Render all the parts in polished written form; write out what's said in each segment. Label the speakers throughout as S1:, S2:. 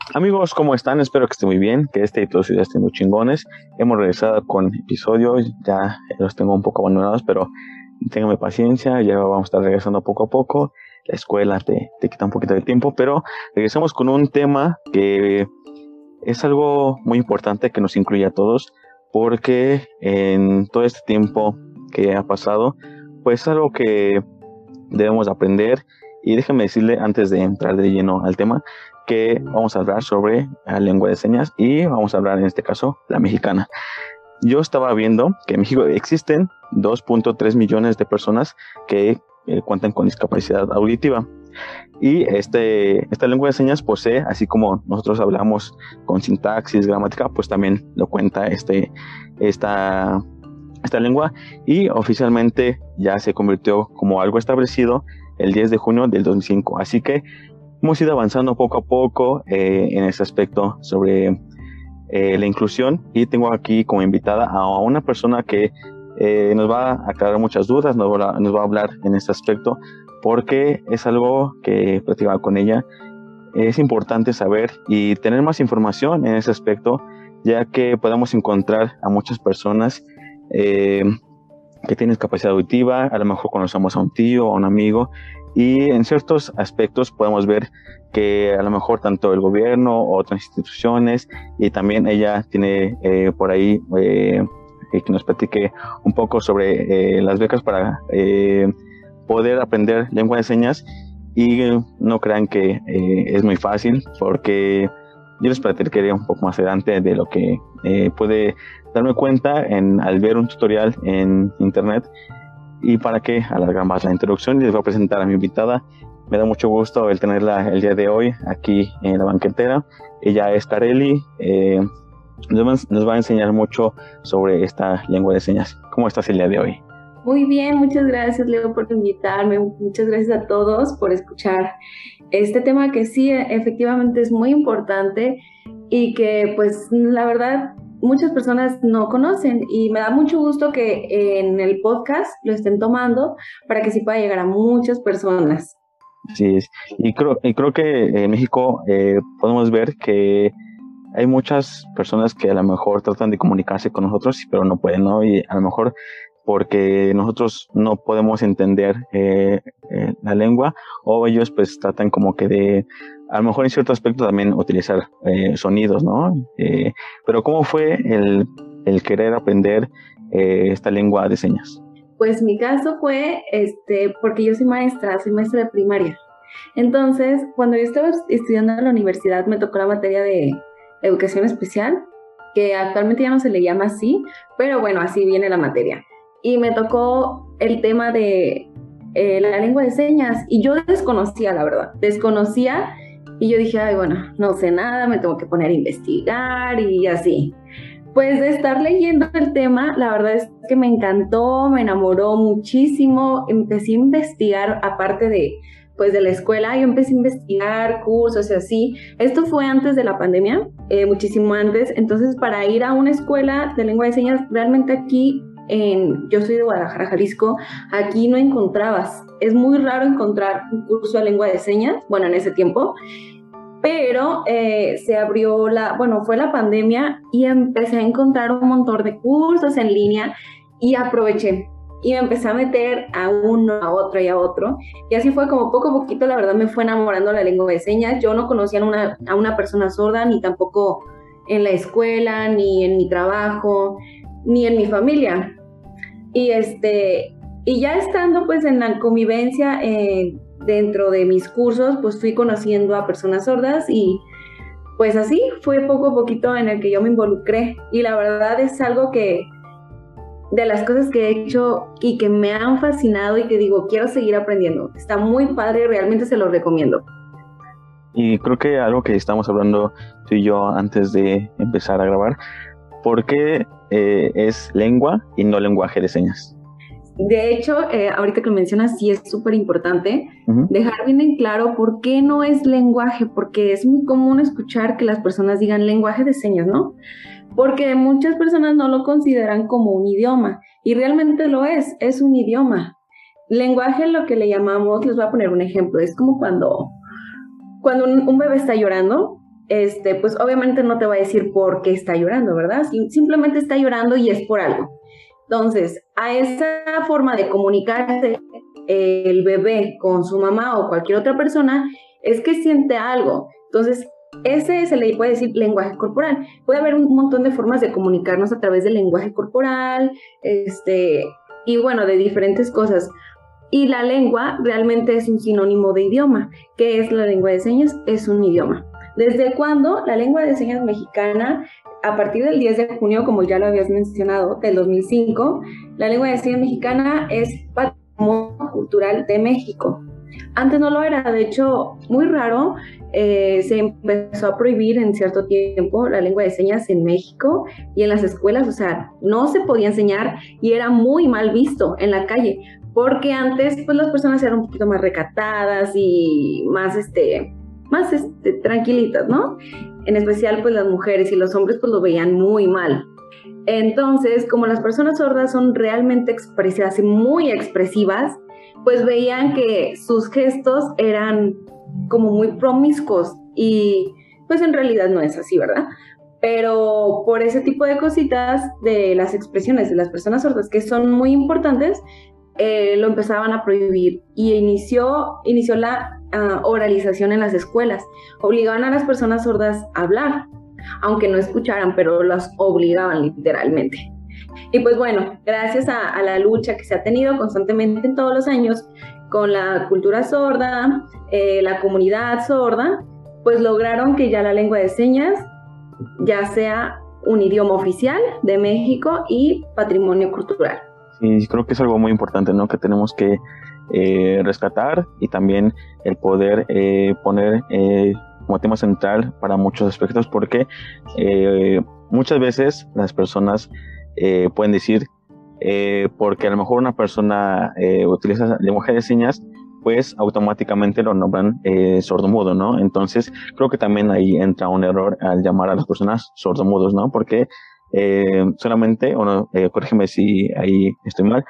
S1: Amigos, ¿cómo están? Espero que estén muy bien, que este y todos sus días estén muy chingones. Hemos regresado con episodios, ya los tengo un poco abandonados, pero ténganme paciencia, ya vamos a estar regresando poco a poco. La escuela te quita un poquito de tiempo, pero regresamos con un tema que es algo muy importante que nos incluye a todos, porque en todo este tiempo que ha pasado, pues es algo que debemos aprender. Y déjenme decirle, antes de entrar de lleno al tema, que vamos a hablar sobre la lengua de señas y vamos a hablar en este caso la mexicana. Yo estaba viendo que en México existen 2.3 millones de personas que cuentan con discapacidad auditiva. Y esta lengua de señas posee, así como nosotros hablamos con sintaxis, gramática, pues también lo cuenta esta lengua, y oficialmente ya se convirtió como algo establecido el 10 de junio del 2005. Así que hemos ido avanzando poco a poco en ese aspecto sobre la inclusión, y tengo aquí como invitada a una persona que nos va a aclarar muchas dudas, nos va a hablar en este aspecto, porque es algo que platicaba con ella. Es importante saber y tener más información en ese aspecto, ya que podemos encontrar a muchas personas eh, que tienen discapacidad auditiva. A lo mejor conocemos a un tío o a un amigo, y en ciertos aspectos podemos ver que a lo mejor tanto el gobierno o otras instituciones, y también ella tiene por ahí que nos platique un poco sobre las becas para poder aprender lengua de señas. Y no crean que es muy fácil, porque yo les platicaré un poco más adelante de lo que puede darme cuenta al ver un tutorial en internet. Y para que alargar más la introducción, les voy a presentar a mi invitada. Me da mucho gusto el tenerla el día de hoy aquí en la banquetera. Ella es Kareli. Nos va a enseñar mucho sobre esta lengua de señas. ¿Cómo estás el día de hoy?
S2: Muy bien, muchas gracias, Leo, por invitarme. Muchas gracias a todos por escuchar este tema que sí, efectivamente es muy importante y que pues la verdad muchas personas no conocen, y me da mucho gusto que en el podcast lo estén tomando para que sí pueda llegar a muchas personas.
S1: Así es. Y creo que en México podemos ver que hay muchas personas que a lo mejor tratan de comunicarse con nosotros, pero no pueden, ¿no? Y a lo mejor porque nosotros no podemos entender la lengua, o ellos pues tratan como que de, a lo mejor en cierto aspecto también utilizar sonidos, ¿no? Pero ¿cómo fue el querer aprender esta lengua de señas?
S2: Pues mi caso fue porque yo soy maestra de primaria. Entonces, cuando yo estaba estudiando en la universidad, me tocó la materia de educación especial, que actualmente ya no se le llama así, pero bueno, así viene la materia. Y me tocó el tema de la lengua de señas, y yo desconocía, la verdad, desconocía, y yo dije, ay, bueno, no sé nada, me tengo que poner a investigar y así. Pues de estar leyendo el tema, la verdad es que me encantó, me enamoró muchísimo. Empecé a investigar, aparte pues de la escuela, yo empecé a investigar cursos y así. Esto fue antes de la pandemia, muchísimo antes. Entonces, para ir a una escuela de lengua de señas, realmente aquí, yo soy de Guadalajara, Jalisco, aquí no encontrabas. Es muy raro encontrar un curso de lengua de señas, bueno, en ese tiempo. Pero se abrió fue la pandemia, y empecé a encontrar un montón de cursos en línea, y aproveché y me empecé a meter a uno, a otro y a otro, y así fue como poco a poquito, la verdad, me fue enamorando la lengua de señas. Yo no conocía a una persona sorda, ni tampoco en la escuela, ni en mi trabajo, ni en mi familia. Y y ya estando pues en la convivencia, dentro de mis cursos, pues fui conociendo a personas sordas, y pues así fue poco a poquito en el que yo me involucré, y la verdad es algo que de las cosas que he hecho y que me han fascinado, y que digo, quiero seguir aprendiendo. Está muy padre, realmente se lo recomiendo.
S1: Y creo que algo que estamos hablando tú y yo antes de empezar a grabar, ¿por qué es lengua y no lenguaje de señas?
S2: De hecho, ahorita que lo mencionas, sí es súper importante dejar bien en claro por qué no es lenguaje, porque es muy común escuchar que las personas digan lenguaje de señas, ¿no? Porque muchas personas no lo consideran como un idioma, y realmente lo es un idioma. Lenguaje, lo que le llamamos, les voy a poner un ejemplo, es como cuando un bebé está llorando, pues obviamente no te va a decir por qué está llorando, ¿verdad? Simplemente está llorando y es por algo. Entonces, a esa forma de comunicarse el bebé con su mamá o cualquier otra persona es que siente algo. Entonces, ese se le puede decir lenguaje corporal. Puede haber un montón de formas de comunicarnos a través del lenguaje corporal, y bueno, de diferentes cosas. Y la lengua realmente es un sinónimo de idioma. ¿Qué es la lengua de señas? Es un idioma. ¿Desde cuándo? La lengua de señas mexicana, a partir del 10 de junio, como ya lo habías mencionado, del 2005, la lengua de señas mexicana es patrimonio cultural de México. Antes no lo era, de hecho, muy raro, se empezó a prohibir en cierto tiempo la lengua de señas en México y en las escuelas, o sea, no se podía enseñar y era muy mal visto en la calle, porque antes pues las personas eran un poquito más recatadas y más tranquilitas, ¿no? En especial pues las mujeres y los hombres pues lo veían muy mal. Entonces, como las personas sordas son realmente expresivas y muy expresivas, pues veían que sus gestos eran como muy promiscuos y pues en realidad no es así, ¿verdad? Pero por ese tipo de cositas de las expresiones de las personas sordas que son muy importantes, lo empezaban a prohibir y inició la oralización en las escuelas. Obligaban a las personas sordas a hablar, aunque no escucharan, pero las obligaban literalmente. Y pues bueno, gracias a la lucha que se ha tenido constantemente en todos los años con la cultura sorda, la comunidad sorda, pues lograron que ya la lengua de señas ya sea un idioma oficial de México y patrimonio cultural.
S1: Sí, creo que es algo muy importante, ¿no? Que tenemos que rescatar y también el poder poner como tema central para muchos aspectos, porque muchas veces las personas pueden decir, porque a lo mejor una persona utiliza lenguaje de señas, pues automáticamente lo nombran sordomudo, ¿no? Entonces creo que también ahí entra un error al llamar a las personas sordomudos, ¿no? Porque solamente, o no, corrígeme si ahí estoy mal,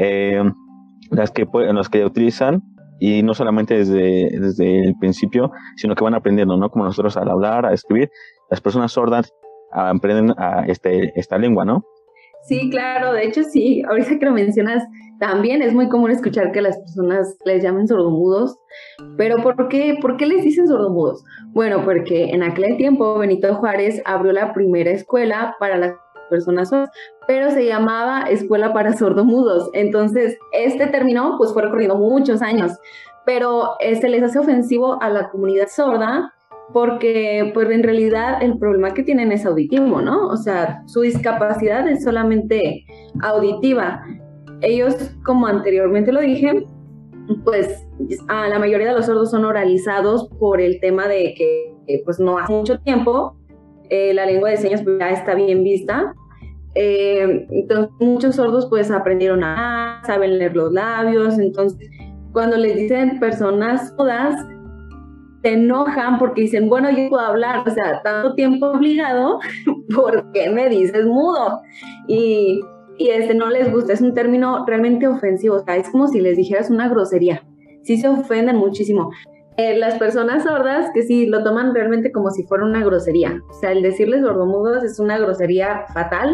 S1: los que utilizan, y no solamente desde el principio, sino que van aprendiendo, ¿no? Como nosotros al hablar, a escribir, las personas sordas aprenden esta lengua, ¿no?
S2: Sí, claro, de hecho sí, ahorita que lo mencionas, también es muy común escuchar que las personas les llamen sordomudos, pero ¿por qué les dicen sordomudos? Bueno, porque en aquel tiempo Benito Juárez abrió la primera escuela para las personas sordas, pero se llamaba Escuela para Sordomudos, entonces este término pues fue recorrido muchos años, pero se les hace ofensivo a la comunidad sorda, porque pues en realidad el problema que tienen es auditivo, ¿no? O sea, su discapacidad es solamente auditiva. Ellos, como anteriormente lo dije, pues a la mayoría de los sordos son oralizados por el tema de que pues no hace mucho tiempo la lengua de señas pues, ya está bien vista. Entonces muchos sordos pues aprendieron saben leer los labios, entonces cuando les dicen personas sordas, se enojan porque dicen, bueno, yo puedo hablar, o sea, tanto tiempo obligado, ¿por qué me dices mudo? Y no les gusta, es un término realmente ofensivo, o sea, es como si les dijeras una grosería, sí se ofenden muchísimo. Las personas sordas que sí lo toman realmente como si fuera una grosería, o sea, el decirles sordomudos es una grosería fatal.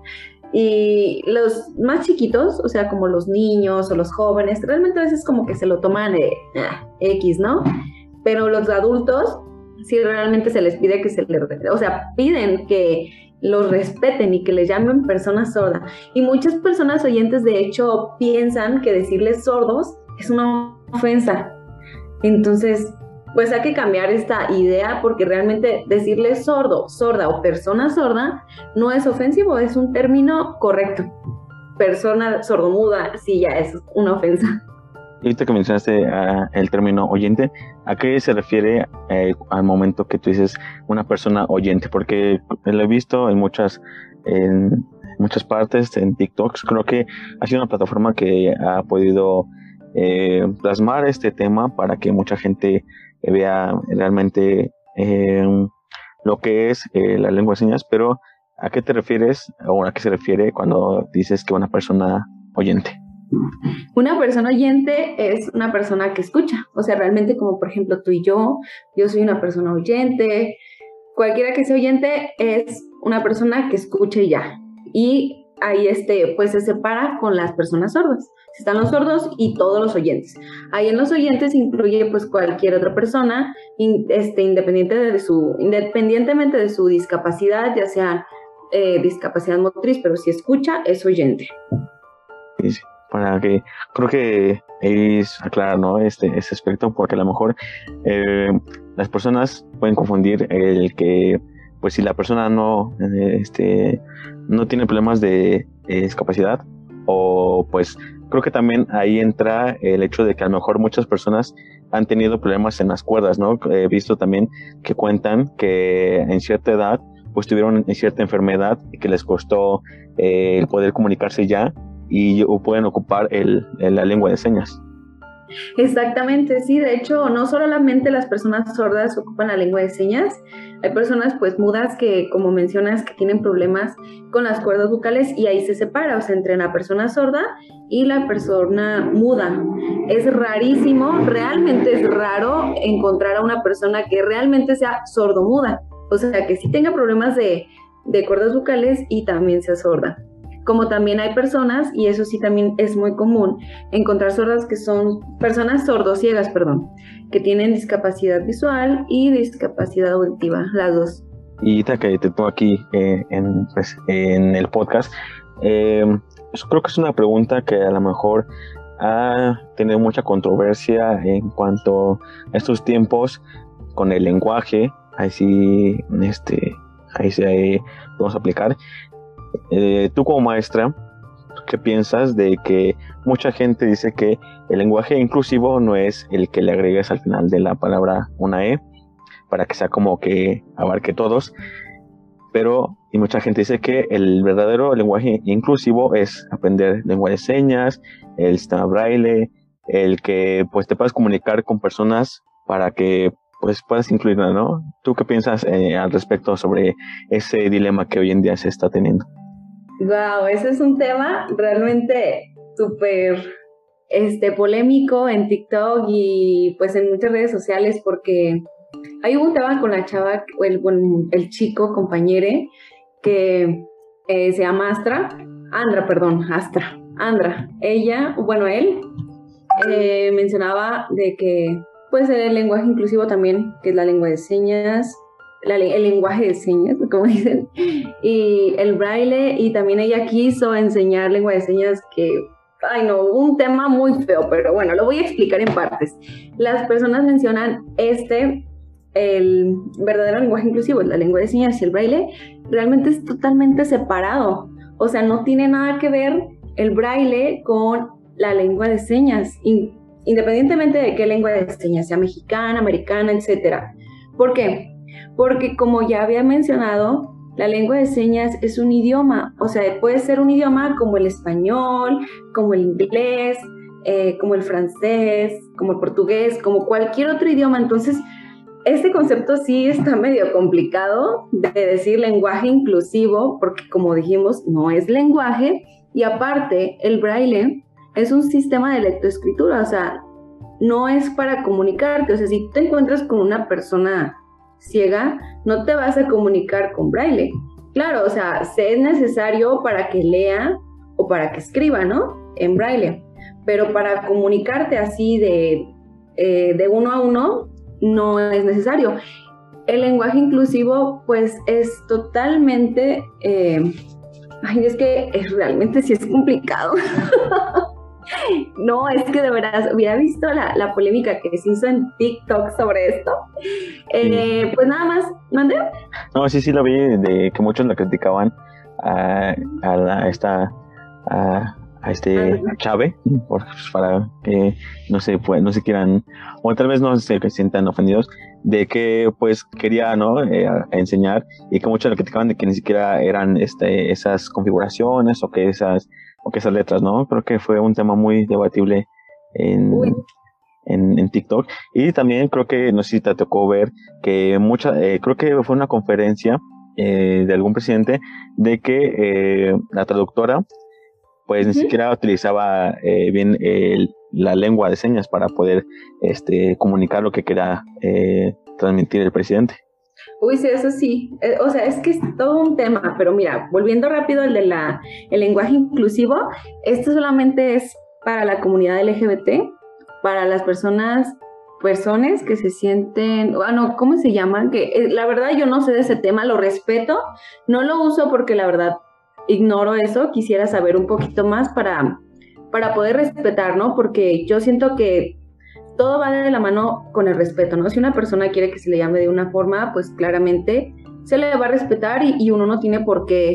S2: Y los más chiquitos, o sea, como los niños o los jóvenes, realmente a veces como que se lo toman X, ¿no? Pero los adultos sí realmente se les pide que piden que los respeten y que les llamen personas sordas. Y muchas personas oyentes de hecho piensan que decirles sordos es una ofensa. Entonces, pues hay que cambiar esta idea porque realmente decirles sordo, sorda o persona sorda no es ofensivo, es un término correcto. Persona sordomuda sí ya es una ofensa.
S1: Y ahorita que mencionaste el término oyente, ¿a qué se refiere al momento que tú dices una persona oyente? Porque lo he visto en muchas partes, en TikToks. Creo que ha sido una plataforma que ha podido plasmar este tema para que mucha gente vea realmente lo que es la lengua de señas. Pero ¿a qué te refieres o a qué se refiere cuando dices que una persona oyente?
S2: Una persona oyente es una persona que escucha, o sea, realmente como por ejemplo tú y yo soy una persona oyente, Cualquiera que sea oyente es una persona que escuche ya. Y ahí pues se separa con las personas sordas. Están los sordos y todos los oyentes. Ahí en los oyentes incluye pues cualquier otra persona, independientemente de su discapacidad, ya sea discapacidad motriz, pero si escucha es oyente.
S1: Sí, para que creo que es aclarar, ¿no? Ese aspecto, porque a lo mejor las personas pueden confundir el que, pues, si la persona no tiene problemas de discapacidad, o pues creo que también ahí entra el hecho de que a lo mejor muchas personas han tenido problemas en las cuerdas, ¿no? He visto también que cuentan que en cierta edad pues tuvieron cierta enfermedad que les costó el poder comunicarse ya, y pueden ocupar la lengua de señas.
S2: Exactamente, sí, de hecho no solamente las personas sordas ocupan la lengua de señas, hay personas pues mudas que, como mencionas, que tienen problemas con las cuerdas vocales y ahí se separa, o sea, entre la persona sorda y la persona muda. Es rarísimo, realmente es raro encontrar a una persona que realmente sea sordomuda, o sea, que sí tenga problemas de cuerdas vocales y también sea sorda. Como también hay personas, y eso sí también es muy común, encontrar sordas que son personas sordociegas, que tienen discapacidad visual y discapacidad auditiva, las dos.
S1: Y ahorita que te pongo aquí en el podcast, creo que es una pregunta que a lo mejor ha tenido mucha controversia en cuanto a estos tiempos con el lenguaje. Ahí sí vamos a aplicar. Tú como maestra, ¿qué piensas de que mucha gente dice que el lenguaje inclusivo no es el que le agregues al final de la palabra una E para que sea como que abarque todos, y mucha gente dice que el verdadero lenguaje inclusivo es aprender lengua de señas, el sistema braille, el que pues te puedas comunicar con personas para que pues puedas incluirla, ¿no? ¿Tú qué piensas al respecto sobre ese dilema que hoy en día se está teniendo?
S2: Wow, ese es un tema realmente súper polémico en TikTok y pues en muchas redes sociales, porque hay un tema con la chava, el chico compañere que se llama Andra. Él mencionaba de que pues el lenguaje inclusivo también, que es la lengua de señas, el lenguaje de señas, como dicen, y el braille, y también ella quiso enseñar lengua de señas un tema muy feo, pero bueno, lo voy a explicar en partes. Las personas mencionan el verdadero lenguaje inclusivo, la lengua de señas y el braille, realmente es totalmente separado, o sea, no tiene nada que ver el braille con la lengua de señas, independientemente de qué lengua de señas, sea mexicana, americana, etcétera. ¿Por qué? Porque como ya había mencionado, la lengua de señas es un idioma, o sea, puede ser un idioma como el español, como el inglés, como el francés, como el portugués, como cualquier otro idioma. Entonces, este concepto sí está medio complicado de decir lenguaje inclusivo, porque como dijimos, no es lenguaje, y aparte, el braille es un sistema de lectoescritura, o sea, no es para comunicarte, o sea, si te encuentras con una persona ciega, no te vas a comunicar con braille. Claro, o sea, es necesario para que lea o para que escriba, ¿no? En braille. Pero para comunicarte así de uno a uno, no es necesario. El lenguaje inclusivo, pues, es totalmente... es que realmente sí es complicado. No, es que de verdad, hubiera visto la polémica que se hizo en TikTok sobre esto. Pues nada más, ¿mande?
S1: No, sí lo vi, de que muchos la criticaban a Chave, para que no se quieran, o tal vez no se sientan ofendidos, de que pues quería, ¿no? Enseñar, y que muchos la criticaban de que ni siquiera eran esas configuraciones o que esas letras, ¿no? Creo que fue un tema muy debatible en TikTok. Y también creo que, no sé si te tocó ver que creo que fue una conferencia de algún presidente de que la traductora pues ni siquiera utilizaba bien la lengua de señas para poder comunicar lo que quería transmitir el presidente.
S2: Uy, sí, eso sí. O sea, es que es todo un tema, pero mira, volviendo rápido al de el lenguaje inclusivo, esto solamente es para la comunidad LGBT, para las personas que se sienten, bueno, ¿cómo se llaman? Que la verdad yo no sé de ese tema, lo respeto, no lo uso porque la verdad ignoro eso, quisiera saber un poquito más para poder respetar, ¿no? Porque yo siento que todo va de la mano con el respeto, ¿no? Si una persona quiere que se le llame de una forma, pues claramente se le va a respetar y uno no tiene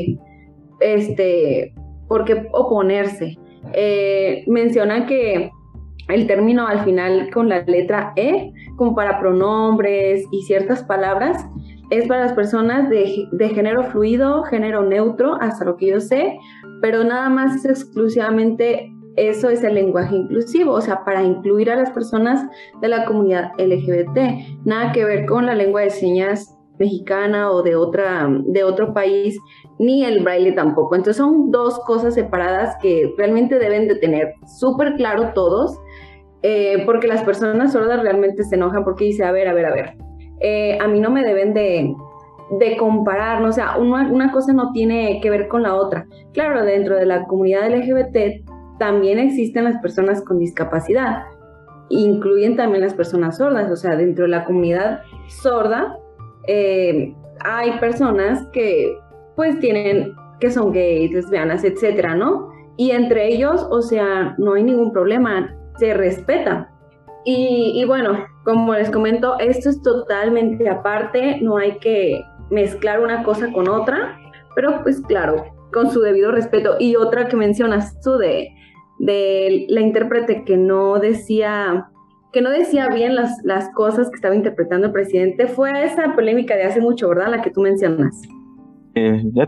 S2: por qué oponerse. Mencionan que el término al final con la letra E, como para pronombres y ciertas palabras, es para las personas de género fluido, género neutro, hasta lo que yo sé, pero nada más es exclusivamente eso es el lenguaje inclusivo, o sea, para incluir a las personas de la comunidad LGBT, nada que ver con la lengua de señas mexicana o de otro país, ni el braille tampoco. Entonces son dos cosas separadas que realmente deben de tener súper claro todos, porque las personas sordas realmente se enojan porque dice, a ver, a mí no me deben de comparar, ¿no? O sea, una cosa no tiene que ver con la otra. Claro, dentro de la comunidad LGBT también existen las personas con discapacidad, incluyen también las personas sordas, o sea, dentro de la comunidad sorda hay personas que pues que son gays, lesbianas, etcétera, ¿no? Y entre ellos, o sea, no hay ningún problema, se respeta. Y bueno, como les comento, esto es totalmente aparte, no hay que mezclar una cosa con otra, pero pues claro, con su debido respeto. Y otra que mencionas tú de la intérprete que no decía bien las cosas que estaba interpretando el presidente, fue esa polémica de hace mucho, ¿verdad? La que tú mencionas.
S1: Ya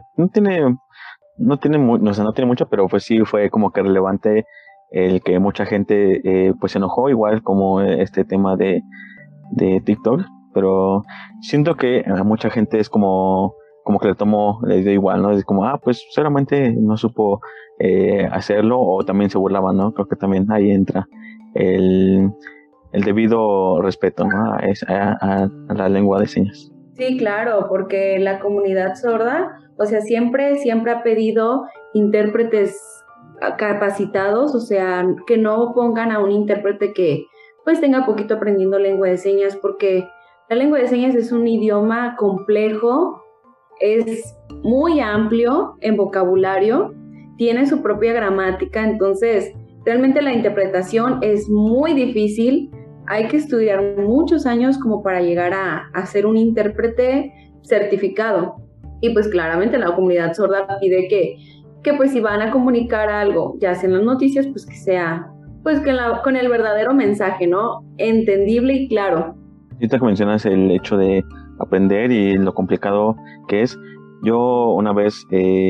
S1: o sea, no tiene mucho, pero pues sí fue como que relevante el que mucha gente pues se enojó, igual como este tema de TikTok, pero siento que a mucha gente es como que le dio igual, ¿no? Es como, pues solamente no supo hacerlo, o también se burlaban, ¿no? Creo que también ahí entra el, el debido respeto, ¿no? A la lengua de señas.
S2: Sí, claro, porque la comunidad sorda, o sea, siempre ha pedido intérpretes capacitados, o sea, que no pongan a un intérprete que pues tenga poquito aprendiendo lengua de señas, porque la lengua de señas es un idioma complejo, es muy amplio en vocabulario, tiene su propia gramática, entonces realmente la interpretación es muy difícil. Hay que estudiar muchos años como para llegar a ser un intérprete certificado. Y pues claramente la comunidad sorda pide que pues si van a comunicar algo, ya sea en las noticias, pues que sea pues con el verdadero mensaje, ¿no? Entendible y claro.
S1: Ahorita que mencionas el hecho de aprender y lo complicado que es, yo una vez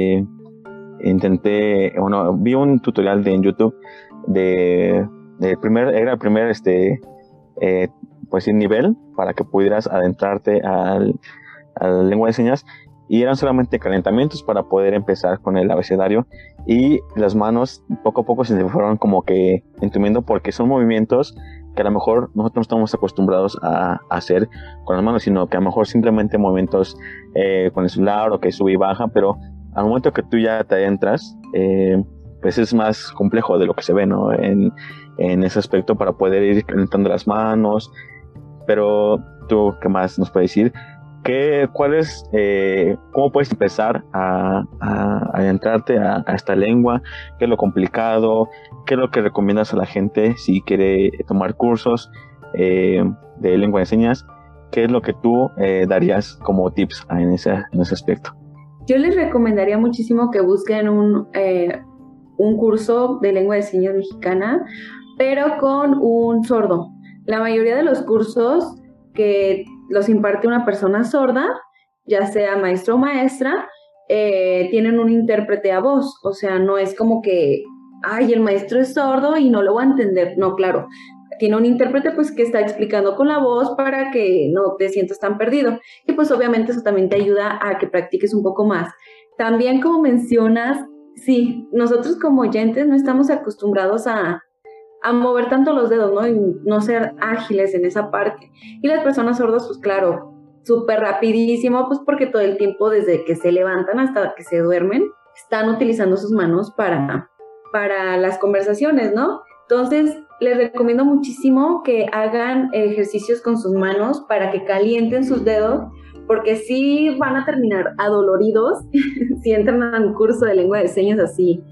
S1: vi un tutorial en YouTube era el primer eh, pues sin nivel para que pudieras adentrarte a la lengua de señas, y eran solamente calentamientos para poder empezar con el abecedario, y las manos poco a poco se fueron como que entumiendo, porque son movimientos que a lo mejor nosotros no estamos acostumbrados a hacer con las manos, sino que a lo mejor simplemente movimientos con el celular o que sube y baja, pero al momento que tú ya te adentras, pues es más complejo de lo que se ve, ¿no? En ese aspecto, para poder ir calentando las manos. Pero tú, ¿qué más nos puedes decir? ¿Cómo puedes empezar a adentrarte a esta lengua? ¿Qué es lo complicado? ¿Qué es lo que recomiendas a la gente si quiere tomar cursos de lengua de señas? ¿Qué es lo que tú darías como tips en ese aspecto?
S2: Yo les recomendaría muchísimo que busquen un curso de lengua de señas mexicana, pero con un sordo. La mayoría de los cursos que los imparte una persona sorda, ya sea maestro o maestra, tienen un intérprete a voz, o sea, no es como que, ay, el maestro es sordo y no lo va a entender, no, claro, tiene un intérprete pues que está explicando con la voz para que no te sientas tan perdido, y pues obviamente eso también te ayuda a que practiques un poco más. También como mencionas, sí, nosotros como oyentes no estamos acostumbrados a mover tanto los dedos, ¿no? Y no ser ágiles en esa parte. Y las personas sordas, pues claro, súper rapidísimo, pues porque todo el tiempo desde que se levantan hasta que se duermen, están utilizando sus manos para las conversaciones, ¿no? Entonces, les recomiendo muchísimo que hagan ejercicios con sus manos para que calienten sus dedos, porque sí van a terminar adoloridos si entran a un curso de lengua de señas así,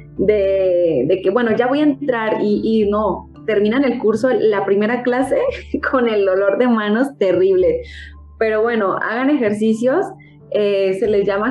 S2: de que, bueno, ya voy a entrar y no, terminan el curso, la primera clase, con el dolor de manos terrible. Pero bueno, hagan ejercicios, se les llama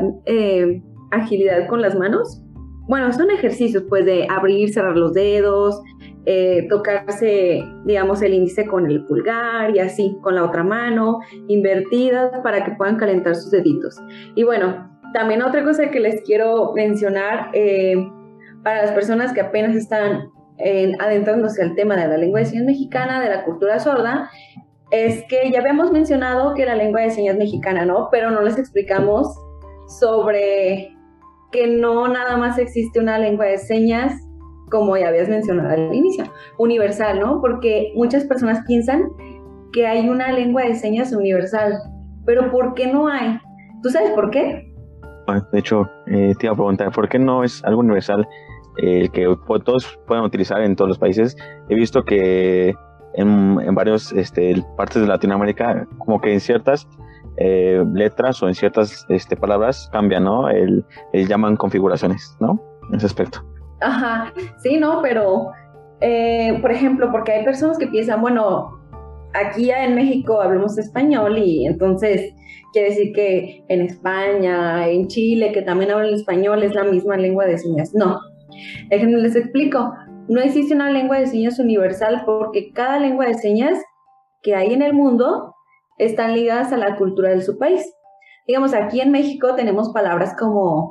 S2: agilidad con las manos. Bueno, son ejercicios pues de abrir, cerrar los dedos, tocarse, digamos, el índice con el pulgar y así, con la otra mano, invertidas para que puedan calentar sus deditos. Y bueno, también otra cosa que les quiero mencionar, para las personas que apenas están adentrándose al tema de la lengua de señas mexicana, de la cultura sorda, es que ya habíamos mencionado que la lengua de señas mexicana, ¿no? Pero no les explicamos sobre que no nada más existe una lengua de señas, como ya habías mencionado al inicio, universal, ¿no? Porque muchas personas piensan que hay una lengua de señas universal, pero ¿por qué no hay? ¿Tú sabes por qué?
S1: De hecho, te iba a preguntar, ¿por qué no es algo universal que todos puedan utilizar en todos los países? He visto que en varios partes de Latinoamérica, como que en ciertas letras o en ciertas palabras cambian, ¿no? El llaman configuraciones, ¿no? En ese aspecto.
S2: Ajá, sí, no, pero por ejemplo, porque hay personas que piensan, bueno, aquí ya en México hablamos español y entonces quiere decir que en España, en Chile, que también hablan español, es la misma lengua de señas. No, déjenme les explico. No existe una lengua de señas universal porque cada lengua de señas que hay en el mundo están ligadas a la cultura de su país. Digamos, aquí en México tenemos palabras como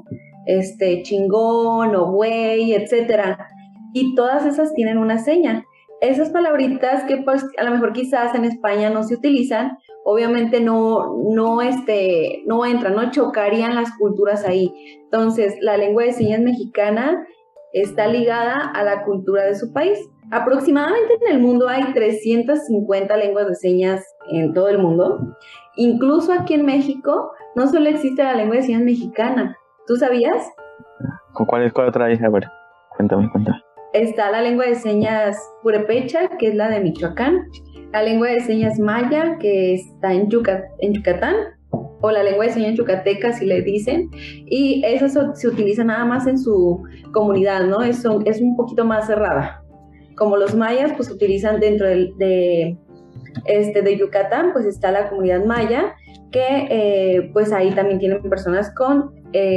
S2: chingón o güey, etcétera, y todas esas tienen una seña. Esas palabritas que pues a lo mejor quizás en España no se utilizan, obviamente no entran, no chocarían las culturas ahí. Entonces, la lengua de señas mexicana está ligada a la cultura de su país. Aproximadamente en el mundo hay 350 lenguas de señas en todo el mundo. Incluso aquí en México no solo existe la lengua de señas mexicana. ¿Tú sabías?
S1: ¿Cuál otra hay? A ver, cuéntame.
S2: Está la lengua de señas purépecha, que es la de Michoacán, la lengua de señas maya, que está en Yucatán, o la lengua de señas yucateca, si le dicen, y esa se utiliza nada más en su comunidad, ¿no? Es un poquito más cerrada. Como los mayas, pues utilizan dentro de Yucatán, pues está la comunidad maya, que pues ahí también tienen personas con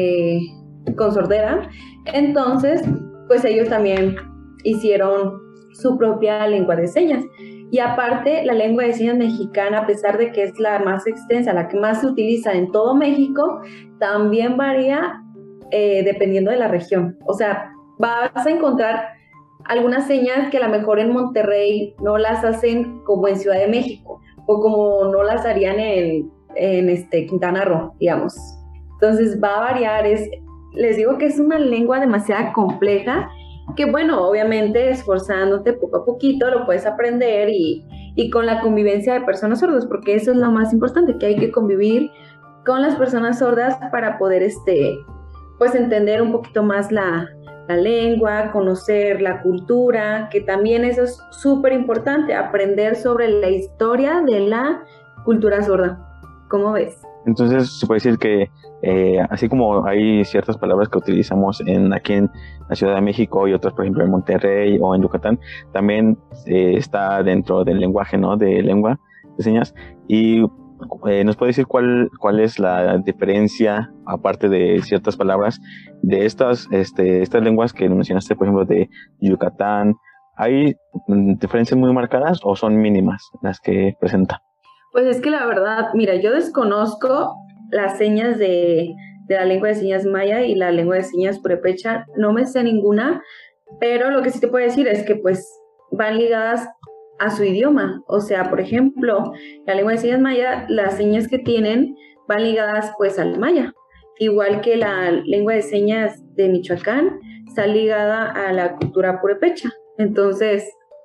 S2: sordera. Entonces, pues ellos también hicieron su propia lengua de señas. Y aparte, la lengua de señas mexicana, a pesar de que es la más extensa, la que más se utiliza en todo México, también varía dependiendo de la región. O sea, vas a encontrar algunas señas que a lo mejor en Monterrey no las hacen como en Ciudad de México, o como no las harían en Quintana Roo, digamos. Entonces va a variar, les digo que es una lengua demasiado compleja, que bueno, obviamente esforzándote poco a poquito lo puedes aprender y con la convivencia de personas sordas, porque eso es lo más importante, que hay que convivir con las personas sordas para poder pues entender un poquito más la lengua, conocer la cultura, que también eso es súper importante, aprender sobre la historia de la cultura sorda. ¿Cómo ves?
S1: Entonces se puede decir que así como hay ciertas palabras que utilizamos aquí en la Ciudad de México y otras, por ejemplo, en Monterrey o en Yucatán, también está dentro del lenguaje, ¿no? De lengua de señas. Y ¿nos puede decir cuál es la diferencia, aparte de ciertas palabras, de estas lenguas que mencionaste, por ejemplo, de Yucatán? ¿Hay diferencias muy marcadas o son mínimas las que presenta?
S2: Pues es que la verdad, mira, yo desconozco las señas de la lengua de señas maya y la lengua de señas purépecha, no me sé ninguna, pero lo que sí te puedo decir es que pues van ligadas a su idioma. O sea, por ejemplo, la lengua de señas maya, las señas que tienen van ligadas pues al maya, igual que la lengua de señas de Michoacán está ligada a la cultura purépecha. Entonces,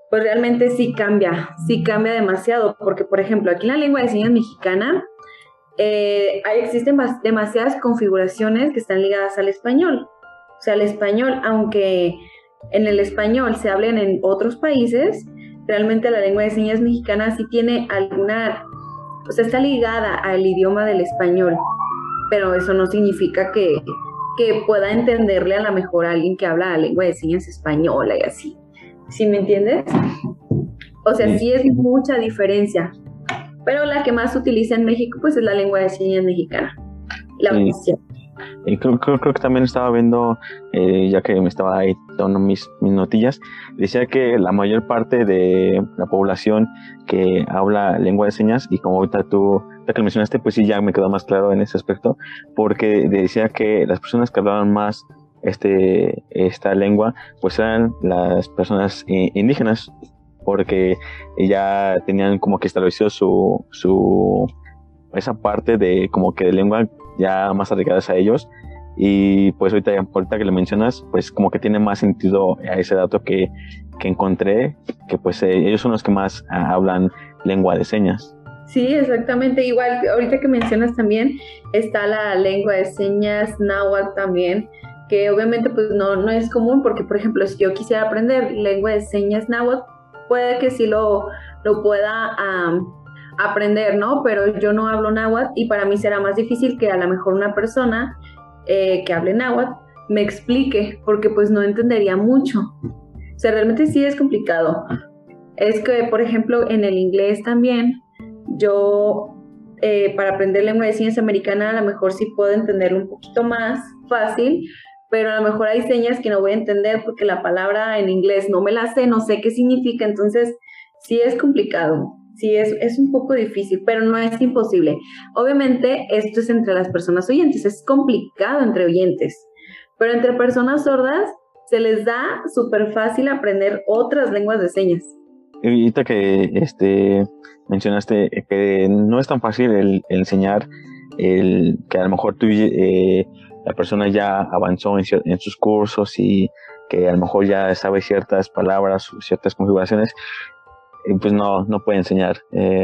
S2: pues realmente sí cambia demasiado, porque por ejemplo, aquí en la lengua de señas mexicana existen demasiadas configuraciones que están ligadas al español. O sea, el español, aunque en el español se hablen en otros países, realmente la lengua de señas mexicana sí tiene o sea, está ligada al idioma del español, pero eso no significa que pueda entenderle a lo mejor a alguien que habla la lengua de señas española y así. ¿Sí me entiendes? O sea, sí es mucha diferencia, pero la que más se utiliza en México pues es la lengua de señas mexicana, la oficial.
S1: Y creo que también estaba viendo, ya que me estaba ahí dando mis notillas, decía que la mayor parte de la población que habla lengua de señas, y como ahorita ya que lo mencionaste, pues sí, ya me quedó más claro en ese aspecto, porque decía que las personas que hablaban más esta lengua, pues eran las personas indígenas, porque ya tenían como que establecido esa parte de como que de lengua ya más arraigadas a ellos, y pues ahorita que le mencionas, pues como que tiene más sentido a ese dato que encontré, que pues ellos son los que más hablan lengua de señas.
S2: Sí, exactamente, igual ahorita que mencionas también está la lengua de señas náhuatl también, que obviamente pues no es común, porque por ejemplo si yo quisiera aprender lengua de señas náhuatl, puede que sí lo pueda aprender, ¿no? Pero yo no hablo náhuatl y para mí será más difícil que a lo mejor una persona que hable náhuatl me explique, porque pues no entendería mucho. O sea, realmente sí es complicado. Es que, por ejemplo, en el inglés también, yo para aprender lengua de señas americana a lo mejor sí puedo entenderlo un poquito más fácil, pero a lo mejor hay señas que no voy a entender porque la palabra en inglés no me la sé, no sé qué significa, entonces sí es complicado. Sí, es un poco difícil, pero no es imposible. Obviamente, esto es entre las personas oyentes, es complicado entre oyentes, pero entre personas sordas se les da súper fácil aprender otras lenguas de señas.
S1: Y ahorita que mencionaste que no es tan fácil el enseñar, que a lo mejor la persona ya avanzó en sus cursos y que a lo mejor ya sabe ciertas palabras, ciertas configuraciones, pues no puede enseñar.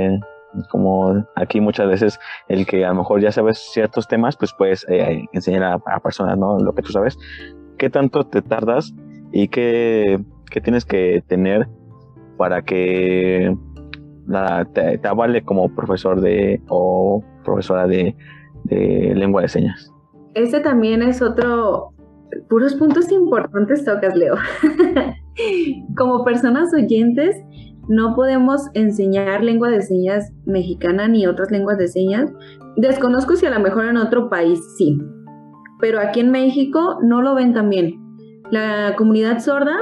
S1: Como aquí muchas veces el que a lo mejor ya sabes ciertos temas, pues puedes enseñar a personas, ¿no? Lo que tú sabes. ¿Qué tanto te tardas y qué tienes que tener para que te avale como profesor o profesora de lengua de señas?
S2: Ese también es otro, puros puntos importantes tocas, Leo. Como personas oyentes, no podemos enseñar lengua de señas mexicana ni otras lenguas de señas. Desconozco si a lo mejor en otro país sí, pero aquí en México no lo ven tan bien. La comunidad sorda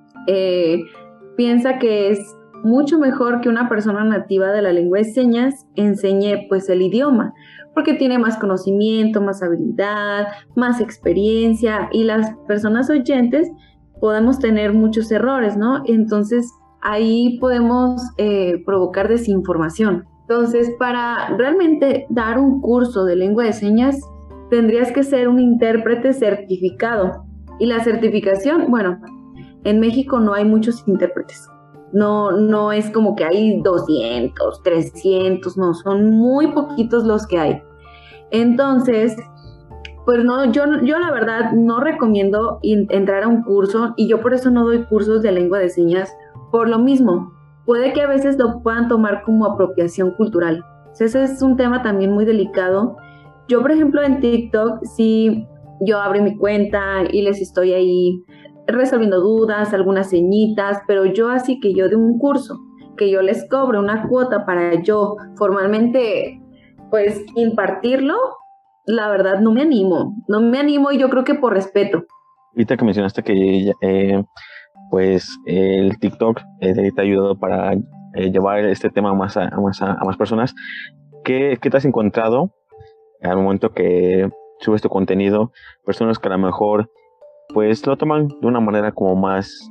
S2: piensa que es mucho mejor que una persona nativa de la lengua de señas enseñe pues el idioma, porque tiene más conocimiento, más habilidad, más experiencia, y las personas oyentes podemos tener muchos errores, ¿no? Entonces ahí podemos provocar desinformación. Entonces, para realmente dar un curso de lengua de señas, tendrías que ser un intérprete certificado. Y la certificación, bueno, en México no hay muchos intérpretes. No es como que hay 200, 300, no, son muy poquitos los que hay. Entonces, pues no, yo la verdad no recomiendo entrar a un curso, y yo por eso no doy cursos de lengua de señas, por lo mismo. Puede que a veces lo puedan tomar como apropiación cultural. O sea, ese es un tema también muy delicado. Yo, por ejemplo, en TikTok, sí, yo abro mi cuenta y les estoy ahí resolviendo dudas, algunas ceñitas, pero yo así que yo de un curso, que yo les cobro una cuota para yo formalmente, pues, impartirlo, la verdad no me animo, y yo creo que por respeto.
S1: Ahorita que mencionaste que pues el TikTok te ha ayudado para llevar este tema a más personas, ¿qué te has encontrado al momento que subes tu contenido? Personas que a lo mejor pues lo toman de una manera como más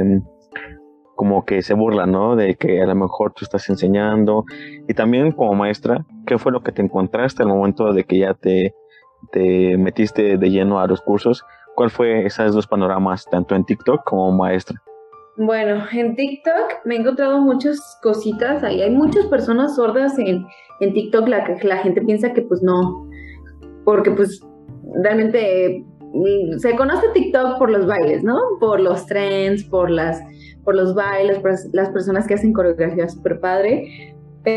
S1: como que se burlan, ¿no? De que a lo mejor tú estás enseñando. Y también como maestra, ¿qué fue lo que te encontraste al momento de que ya te metiste de lleno a los cursos? ¿Cuál fue esos dos panoramas, tanto en TikTok como maestra?
S2: Bueno, en TikTok me he encontrado muchas cositas, ahí hay muchas personas sordas en TikTok, la gente piensa que pues no, porque pues realmente se conoce TikTok por los bailes, ¿no? Por los trends, por los bailes, por las personas que hacen coreografía súper padre,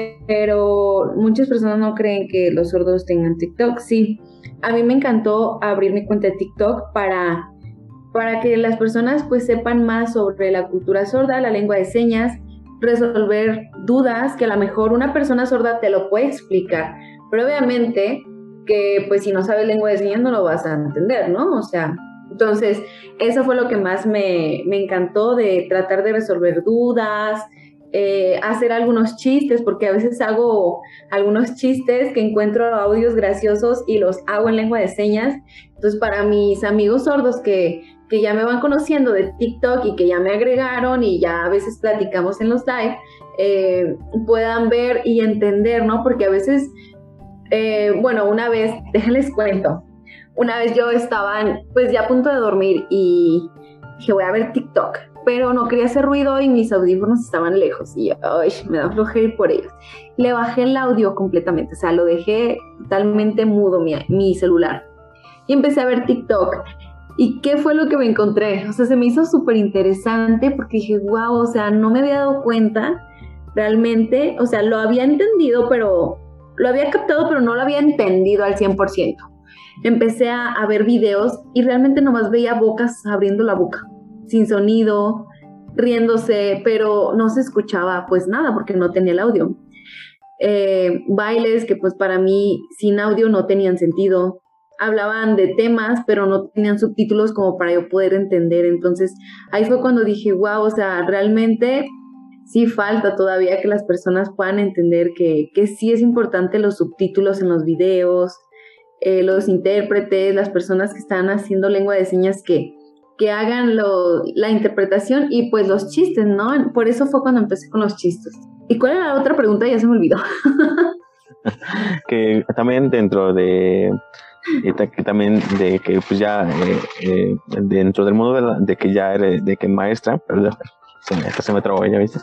S2: pero muchas personas no creen que los sordos tengan TikTok. Sí, a mí me encantó abrir mi cuenta de TikTok para que las personas pues sepan más sobre la cultura sorda, la lengua de señas, resolver dudas que a lo mejor una persona sorda te lo puede explicar, pero obviamente que pues si no sabes lengua de señas no lo vas a entender, ¿no? O sea, entonces eso fue lo que más me encantó de tratar de resolver dudas, hacer algunos chistes, porque a veces hago algunos chistes que encuentro audios graciosos y los hago en lengua de señas. Entonces para mis amigos sordos que ya me van conociendo de TikTok y que ya me agregaron y ya a veces platicamos en los live, puedan ver y entender, ¿no? Porque a veces, bueno, una vez, déjenles cuento, una vez yo estaba pues ya a punto de dormir y dije, voy a ver TikTok, pero no quería hacer ruido y mis audífonos estaban lejos y ay, me da flojera ir por ellos. Le bajé el audio completamente, o sea, lo dejé totalmente mudo mi celular y empecé a ver TikTok. ¿Y qué fue lo que me encontré? O sea, se me hizo súper interesante porque dije, wow, o sea, no me había dado cuenta realmente, o sea, lo había entendido, pero lo había captado, pero no lo había entendido al 100%. Empecé a ver videos y realmente nomás veía bocas abriendo la boca, sin sonido, riéndose, pero no se escuchaba pues nada porque no tenía el audio. Bailes que pues para mí sin audio no tenían sentido. Hablaban de temas, pero no tenían subtítulos como para yo poder entender. Entonces, ahí fue cuando dije, wow, o sea, realmente sí falta todavía que las personas puedan entender que sí es importante los subtítulos en los videos, los intérpretes, las personas que están haciendo lengua de señas que hagan la interpretación y pues los chistes, ¿no? Por eso fue cuando empecé con los chistes. ¿Y cuál era la otra pregunta? Ya se me olvidó.
S1: Que también dentro de que también de que pues ya dentro del mundo de que ya eres de que maestra, perdón, se me trabó, ya viste,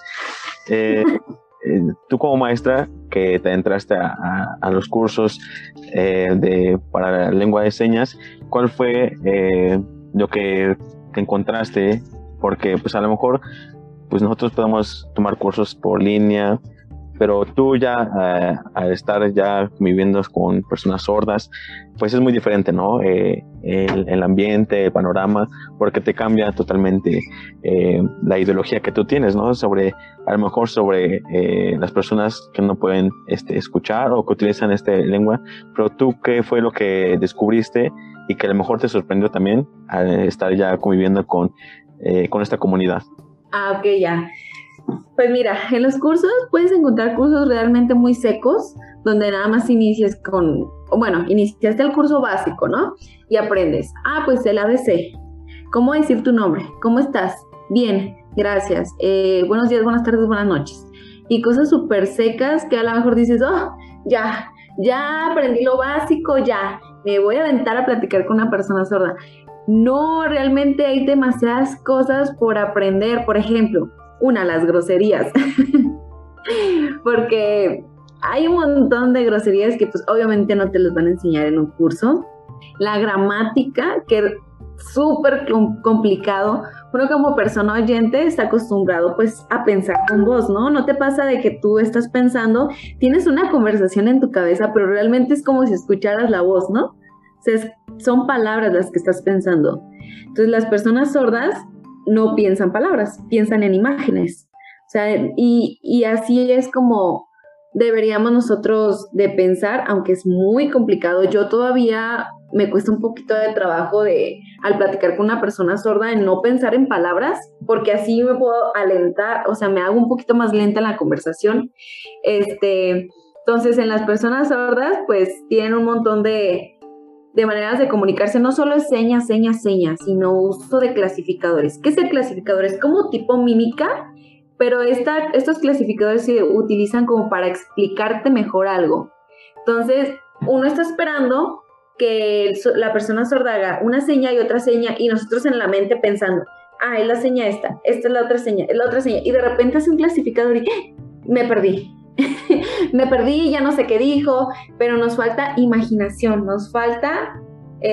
S1: tú como maestra que te entraste a los cursos para lengua de señas, ¿cuál fue lo que te encontraste? Porque pues a lo mejor pues nosotros podemos tomar cursos por línea, pero tú ya al estar ya viviendo con personas sordas, pues es muy diferente, ¿no? El ambiente, el panorama, porque te cambia totalmente la ideología que tú tienes, ¿no? A lo mejor sobre las personas que no pueden escuchar o que utilizan esta lengua, pero tú, ¿qué fue lo que descubriste y que a lo mejor te sorprendió también al estar ya conviviendo con esta comunidad?
S2: Ah, ok, ya. Pues mira, en los cursos puedes encontrar cursos realmente muy secos, donde nada más iniciaste el curso básico, ¿no? Y aprendes, pues el ABC, ¿cómo decir tu nombre? ¿Cómo estás? Bien, gracias. Buenos días, buenas tardes, buenas noches. Y cosas súper secas que a lo mejor dices, ya aprendí lo básico, ya, me voy a aventar a platicar con una persona sorda. No, realmente hay demasiadas cosas por aprender. Por ejemplo, las groserías. Porque hay un montón de groserías que pues obviamente no te los van a enseñar en un curso. La gramática, que es súper complicado. Uno como persona oyente está acostumbrado pues a pensar con voz, ¿no? No te pasa de que tú estás pensando, tienes una conversación en tu cabeza, pero realmente es como si escucharas la voz, ¿no? O sea, son palabras las que estás pensando. Entonces las personas sordas no piensan palabras, piensan en imágenes. O sea, y así es como deberíamos nosotros de pensar, aunque es muy complicado. Yo todavía me cuesta un poquito de trabajo al platicar con una persona sorda, en no pensar en palabras, porque así me puedo alentar, o sea, me hago un poquito más lenta en la conversación. Entonces, en las personas sordas, pues tienen un montón de maneras de comunicarse, no solo es señas, sino uso de clasificadores. ¿Qué es el clasificador? Es como tipo mímica, pero estos clasificadores se utilizan como para explicarte mejor algo. Entonces, uno está esperando que la persona sorda haga una seña y otra seña, y nosotros en la mente pensando, es la seña esta es la otra seña, y de repente hace un clasificador y me perdí. Me perdí, ya no sé qué dijo, pero nos falta imaginación, nos falta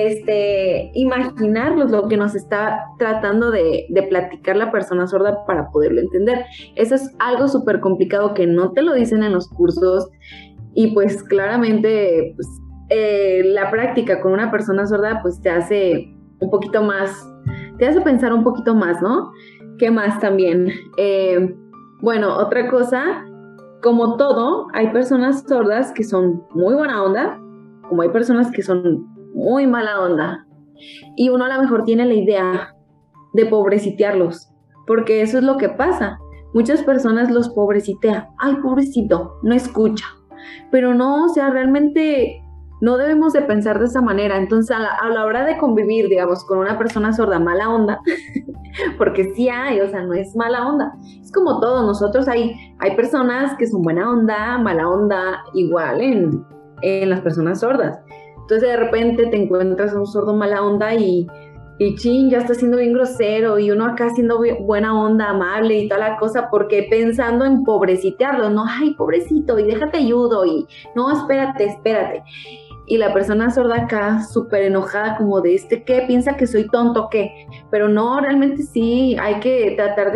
S2: imaginar lo que nos está tratando de platicar la persona sorda para poderlo entender. Eso es algo súper complicado que no te lo dicen en los cursos, y pues claramente pues, la práctica con una persona sorda pues te hace un poquito más, te hace pensar un poquito más, ¿no? ¿Qué más también? Bueno, otra cosa, como todo, hay personas sordas que son muy buena onda, como hay personas que son muy mala onda. Y uno a lo mejor tiene la idea de pobrecitearlos, porque eso es lo que pasa. Muchas personas los pobrecitean. Ay, pobrecito, no escucha. Pero no, o sea, realmente no debemos de pensar de esa manera. Entonces, a la hora de convivir, digamos, con una persona sorda mala onda, porque sí hay, o sea, no es mala onda. Es como todo, nosotros hay personas que son buena onda, mala onda, igual en las personas sordas. Entonces de repente te encuentras a un sordo mala onda y chin, ya está siendo bien grosero, y uno acá siendo buena onda, amable y toda la cosa, porque pensando en pobrecitearlo, no, ay, pobrecito, y déjate ayudo, y no, espérate. Y la persona sorda acá súper enojada como de ¿qué? ¿Piensa que soy tonto qué? Pero no, realmente sí, hay que tratar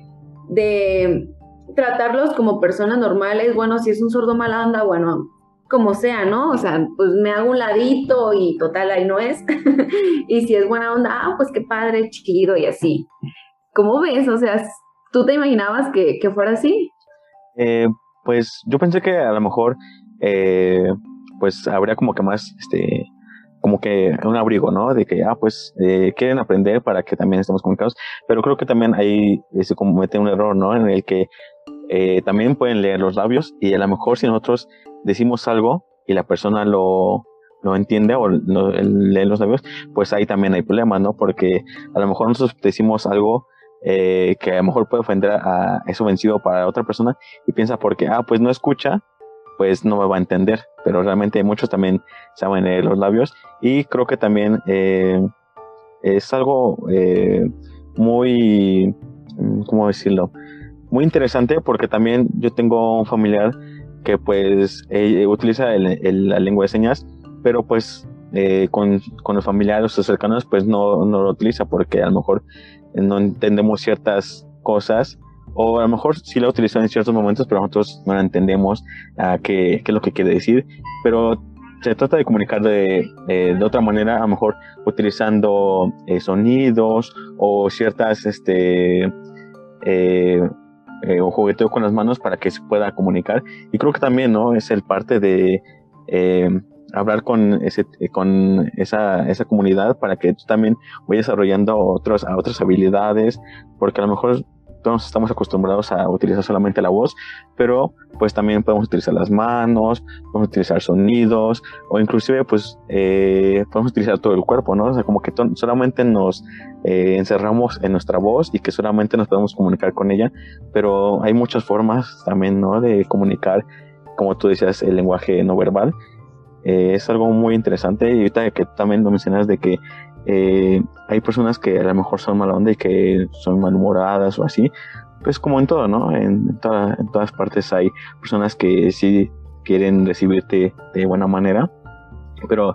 S2: de tratarlos como personas normales. Bueno, si es un sordo mala onda, bueno, como sea, ¿no? O sea, pues me hago un ladito y total, ahí no es. Y si es buena onda, pues qué padre, chido y así. ¿Cómo ves? O sea, ¿tú te imaginabas que fuera así?
S1: Pues yo pensé que a lo mejor pues habría como que más como que un abrigo, ¿no? De que pues quieren aprender para que también estemos comunicados, pero creo que también ahí se comete un error, ¿no? En el que también pueden leer los labios, y a lo mejor si nosotros decimos algo y la persona lo entiende o lee los labios, pues ahí también hay problemas, ¿no? Porque a lo mejor nosotros decimos algo que a lo mejor puede ofender a eso vencido para otra persona, y piensa porque, pues no escucha, pues no me va a entender, pero realmente muchos también saben leer los labios, y creo que también es algo muy, ¿cómo decirlo? Muy interesante, porque también yo tengo un familiar que pues utiliza la lengua de señas, pero pues con los familiares o cercanos pues no lo utiliza, porque a lo mejor no entendemos ciertas cosas, o a lo mejor sí la utiliza en ciertos momentos, pero nosotros no la entendemos qué es lo que quiere decir, pero se trata de comunicar de otra manera, a lo mejor utilizando sonidos o ciertas o jugueteo con las manos para que se pueda comunicar. Y creo que también, ¿no? Es el parte de hablar con esa comunidad, para que tú también vayas desarrollando otras habilidades, porque a lo mejor todos estamos acostumbrados a utilizar solamente la voz, pero pues también podemos utilizar las manos, podemos utilizar sonidos, o inclusive pues podemos utilizar todo el cuerpo, ¿no? O sea, como que solamente nos encerramos en nuestra voz y que solamente nos podemos comunicar con ella, pero hay muchas formas también, ¿no? De comunicar, como tú decías, el lenguaje no verbal. Es algo muy interesante, y ahorita que también lo mencionas de que hay personas que a lo mejor son mala onda y que son malhumoradas o así, pues como en todo, ¿no? En todas partes hay personas que sí quieren recibirte de buena manera, pero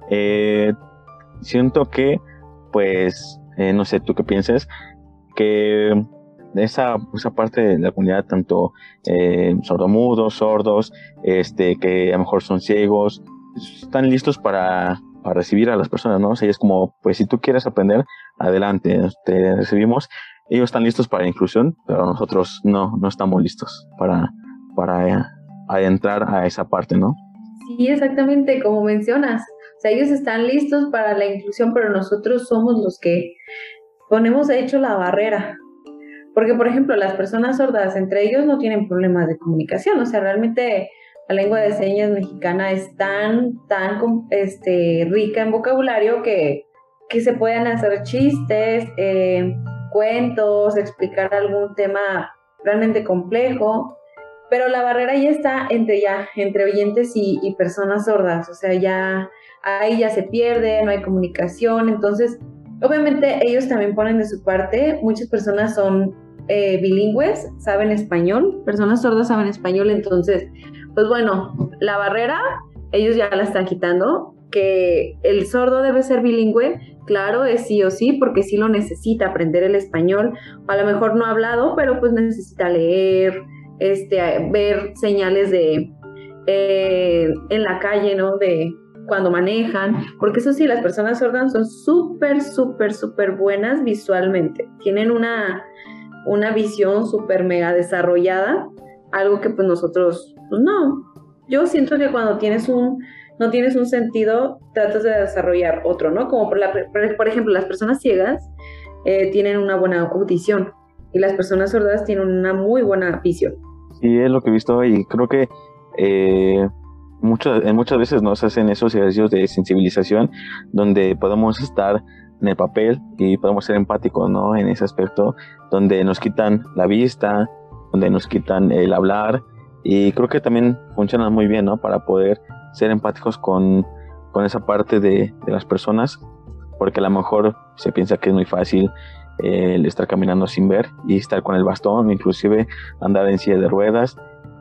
S1: siento que, pues, no sé, tú qué piensas, que esa parte de la comunidad, tanto sordomudos, sordos, que a lo mejor son ciegos, están listos para recibir a las personas, ¿no? O sea, es como, pues si tú quieres aprender, adelante, te recibimos. Ellos están listos para la inclusión, pero nosotros no estamos listos para adentrar a esa parte, ¿no?
S2: Sí, exactamente, como mencionas. O sea, ellos están listos para la inclusión, pero nosotros somos los que ponemos, de hecho, la barrera. Porque, por ejemplo, las personas sordas, entre ellos no tienen problemas de comunicación. O sea, realmente la lengua de señas mexicana es tan rica en vocabulario que se pueden hacer chistes, cuentos, explicar algún tema realmente complejo. Pero la barrera ya está entre oyentes y personas sordas. O sea, ya ahí ya se pierde, no hay comunicación. Entonces, Obviamente ellos también ponen de su parte, muchas personas son bilingües, saben español, personas sordas saben español, entonces, pues bueno, la barrera ellos ya la están quitando, que el sordo debe ser bilingüe, claro, es sí o sí, porque sí lo necesita aprender el español, a lo mejor no ha hablado, pero pues necesita leer, ver señales de en la calle, ¿no? De cuando manejan, porque eso sí, las personas sordas son súper buenas visualmente, tienen una visión súper mega desarrollada, algo que pues nosotros, pues no. Yo siento que cuando no tienes un sentido, tratas de desarrollar otro, ¿no? Como por ejemplo, las personas ciegas tienen una buena audición y las personas sordas tienen una muy buena visión.
S1: Sí, es lo que he visto y creo que muchas veces nos hacen esos ejercicios de sensibilización donde podemos estar en el papel y podemos ser empáticos, ¿no? En ese aspecto, donde nos quitan la vista, donde nos quitan el hablar, y creo que también funcionan muy bien, ¿no? Para poder ser empáticos con esa parte de las personas, porque a lo mejor se piensa que es muy fácil el estar caminando sin ver y estar con el bastón, inclusive andar en silla de ruedas,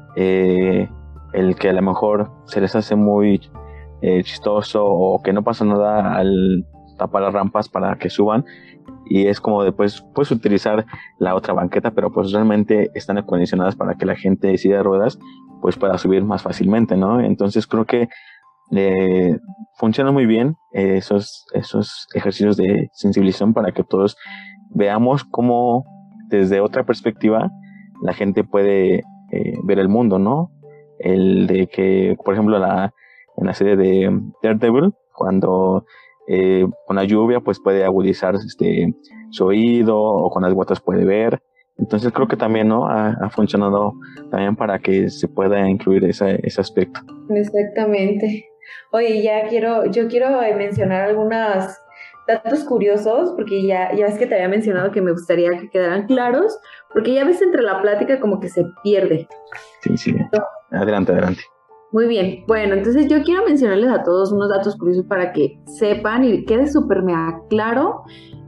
S1: el que a lo mejor se les hace muy chistoso o que no pasa nada al tapar las rampas para que suban, y es como después puedes utilizar la otra banqueta, pero pues realmente están acondicionadas para que la gente de silla de ruedas pues pueda subir más fácilmente, ¿no? Entonces creo que funciona muy bien esos ejercicios de sensibilización para que todos veamos cómo desde otra perspectiva la gente puede ver el mundo, ¿no? El de que, por ejemplo, en la serie de Daredevil, cuando con la lluvia pues puede agudizar su oído, o con las botas puede ver. Entonces creo que también, ¿no? Ha funcionado también para que se pueda incluir ese aspecto.
S2: Exactamente. Oye, yo quiero mencionar algunos datos curiosos, porque ya ves que te había mencionado que me gustaría que quedaran claros, porque ya ves entre la plática como que se pierde.
S1: Sí. Adelante.
S2: Muy bien, bueno, entonces yo quiero mencionarles a todos unos datos curiosos para que sepan y quede súper mega claro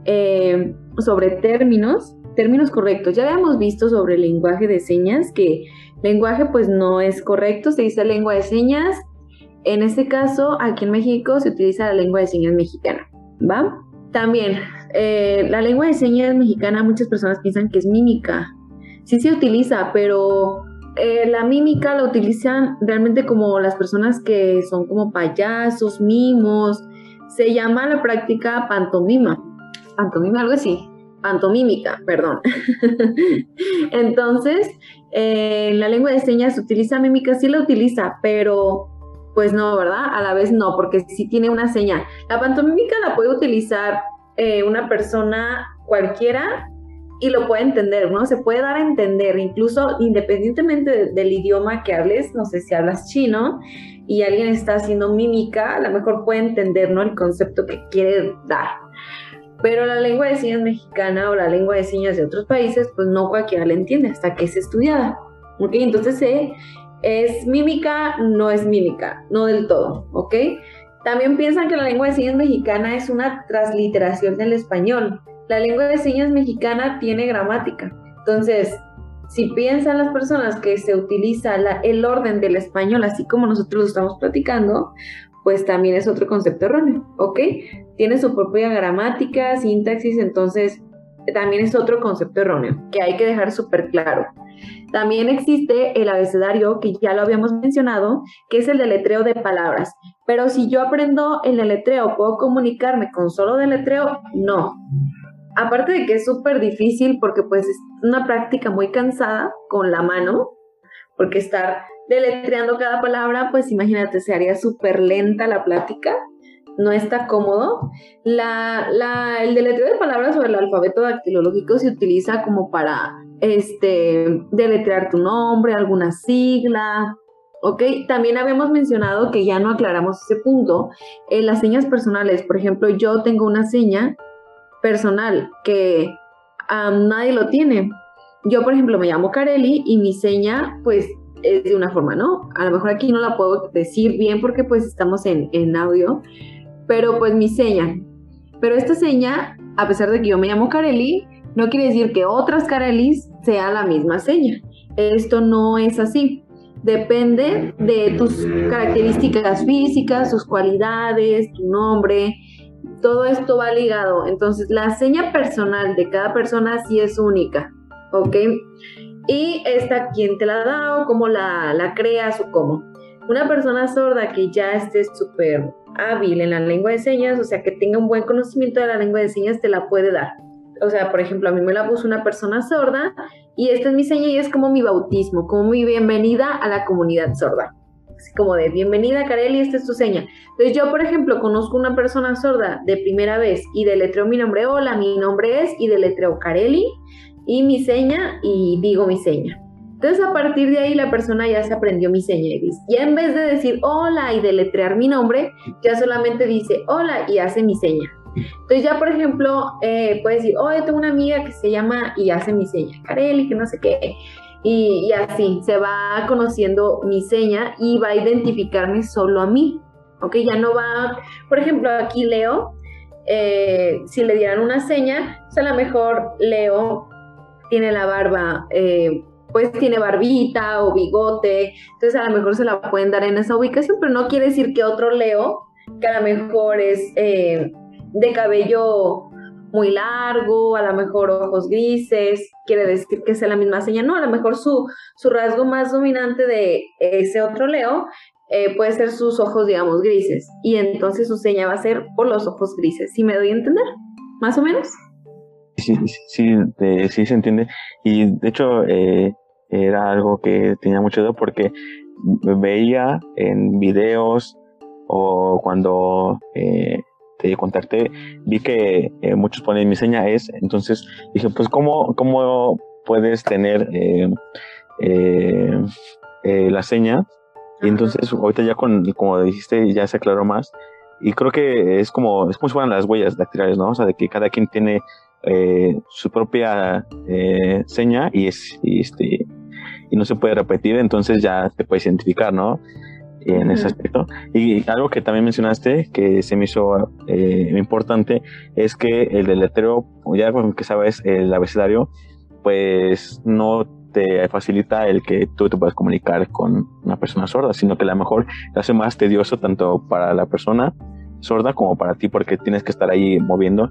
S2: sobre términos correctos. Ya habíamos visto sobre el lenguaje de señas, que lenguaje pues no es correcto, se dice lengua de señas. En este caso, aquí en México se utiliza la lengua de señas mexicana, ¿va? También, la lengua de señas mexicana muchas personas piensan que es mímica. Sí se utiliza, pero la mímica la utilizan realmente como las personas que son como payasos, mimos. Se llama la práctica pantomima, algo así, pantomímica, perdón. Entonces, la lengua de señas utiliza mímica, sí la utiliza, pero pues no, ¿verdad? A la vez no, porque sí tiene una señal. La pantomímica la puede utilizar una persona cualquiera y lo puede entender, ¿no? Se puede dar a entender, incluso independientemente del idioma que hables, no sé si hablas chino y alguien está haciendo mímica, a lo mejor puede entender, ¿no? El concepto que quiere dar. Pero la lengua de señas mexicana o la lengua de señas de otros países, pues no cualquiera la entiende hasta que es estudiada. ¿Ok? Entonces es mímica, no es mímica, no del todo, ¿ok? También piensan que la lengua de señas mexicana es una transliteración del español. La lengua de señas mexicana tiene gramática. Entonces, si piensan las personas que se utiliza el orden del español, así como nosotros lo estamos platicando, pues también es otro concepto erróneo, ¿ok? Tiene su propia gramática, sintaxis, entonces también es otro concepto erróneo que hay que dejar súper claro. También existe el abecedario, que ya lo habíamos mencionado, que es el deletreo de palabras. Pero si yo aprendo el deletreo, ¿puedo comunicarme con solo deletreo? No. Aparte de que es súper difícil porque pues es una práctica muy cansada con la mano, porque estar deletreando cada palabra, pues imagínate, se haría súper lenta la plática, no está cómodo. El deletreo de palabras o el alfabeto dactilológico se utiliza como para deletrear tu nombre, alguna sigla, ¿ok? También habíamos mencionado que ya no aclaramos ese punto, las señas personales. Por ejemplo, yo tengo una seña personal que nadie lo tiene. Yo, por ejemplo, me llamo Kareli y mi seña, pues, es de una forma, ¿no? A lo mejor aquí no la puedo decir bien porque, pues, estamos en audio, pero, pues, mi seña. Pero esta seña a pesar de que yo me llamo Kareli, no quiere decir que otras Karelis sea la misma seña. Esto no es así. Depende de tus características físicas, tus cualidades, tu nombre. Todo esto va ligado. Entonces, la seña personal de cada persona sí es única, ¿ok? Y esta, ¿quién te la da o cómo la creas o cómo? Una persona sorda que ya esté súper hábil en la lengua de señas, o sea, que tenga un buen conocimiento de la lengua de señas, te la puede dar. O sea, por ejemplo, a mí me la puso una persona sorda y esta es mi seña y es como mi bautismo, como mi bienvenida a la comunidad sorda. Así como de bienvenida, Kareli, esta es tu seña. Entonces yo, por ejemplo, conozco una persona sorda de primera vez y deletreo mi nombre, hola, mi nombre es, y deletreo Kareli y mi seña y digo mi seña. Entonces a partir de ahí la persona ya se aprendió mi seña y dice, ya en vez de decir hola y deletrear mi nombre, ya solamente dice hola y hace mi seña. Entonces ya, por ejemplo, puede decir, oh, yo tengo una amiga que se llama y hace mi seña, Kareli, que no sé qué. Y así se va conociendo mi seña y va a identificarme solo a mí. ¿Ok? Ya no va, por ejemplo, aquí Leo, si le dieran una seña, pues a lo mejor Leo tiene la barba, pues tiene barbita o bigote, entonces a lo mejor se la pueden dar en esa ubicación, pero no quiere decir que otro Leo, que a lo mejor es de cabello muy largo, a lo mejor ojos grises, quiere decir que sea la misma seña. No, a lo mejor su rasgo más dominante de ese otro Leo puede ser sus ojos, digamos, grises, y entonces su seña va a ser por los ojos grises. ¿Sí me doy a entender? ¿Más o menos?
S1: Sí se entiende. Y de hecho era algo que tenía mucho duda porque veía en videos o cuando te contacté, vi que muchos ponen mi seña es, entonces dije, pues ¿cómo puedes tener la seña? Y entonces ahorita ya como dijiste, ya se aclaró más. Y creo que es como si fueran las huellas dactilares, ¿no? O sea, de que cada quien tiene su propia seña y no se puede repetir, entonces ya te puedes identificar, ¿no? En ese aspecto. Y algo que también mencionaste que se me hizo importante es que el deletreo, ya con que sabes el abecedario, pues no te facilita el que tú te puedas comunicar con una persona sorda, sino que a lo mejor te hace más tedioso tanto para la persona sorda como para ti, porque tienes que estar ahí moviendo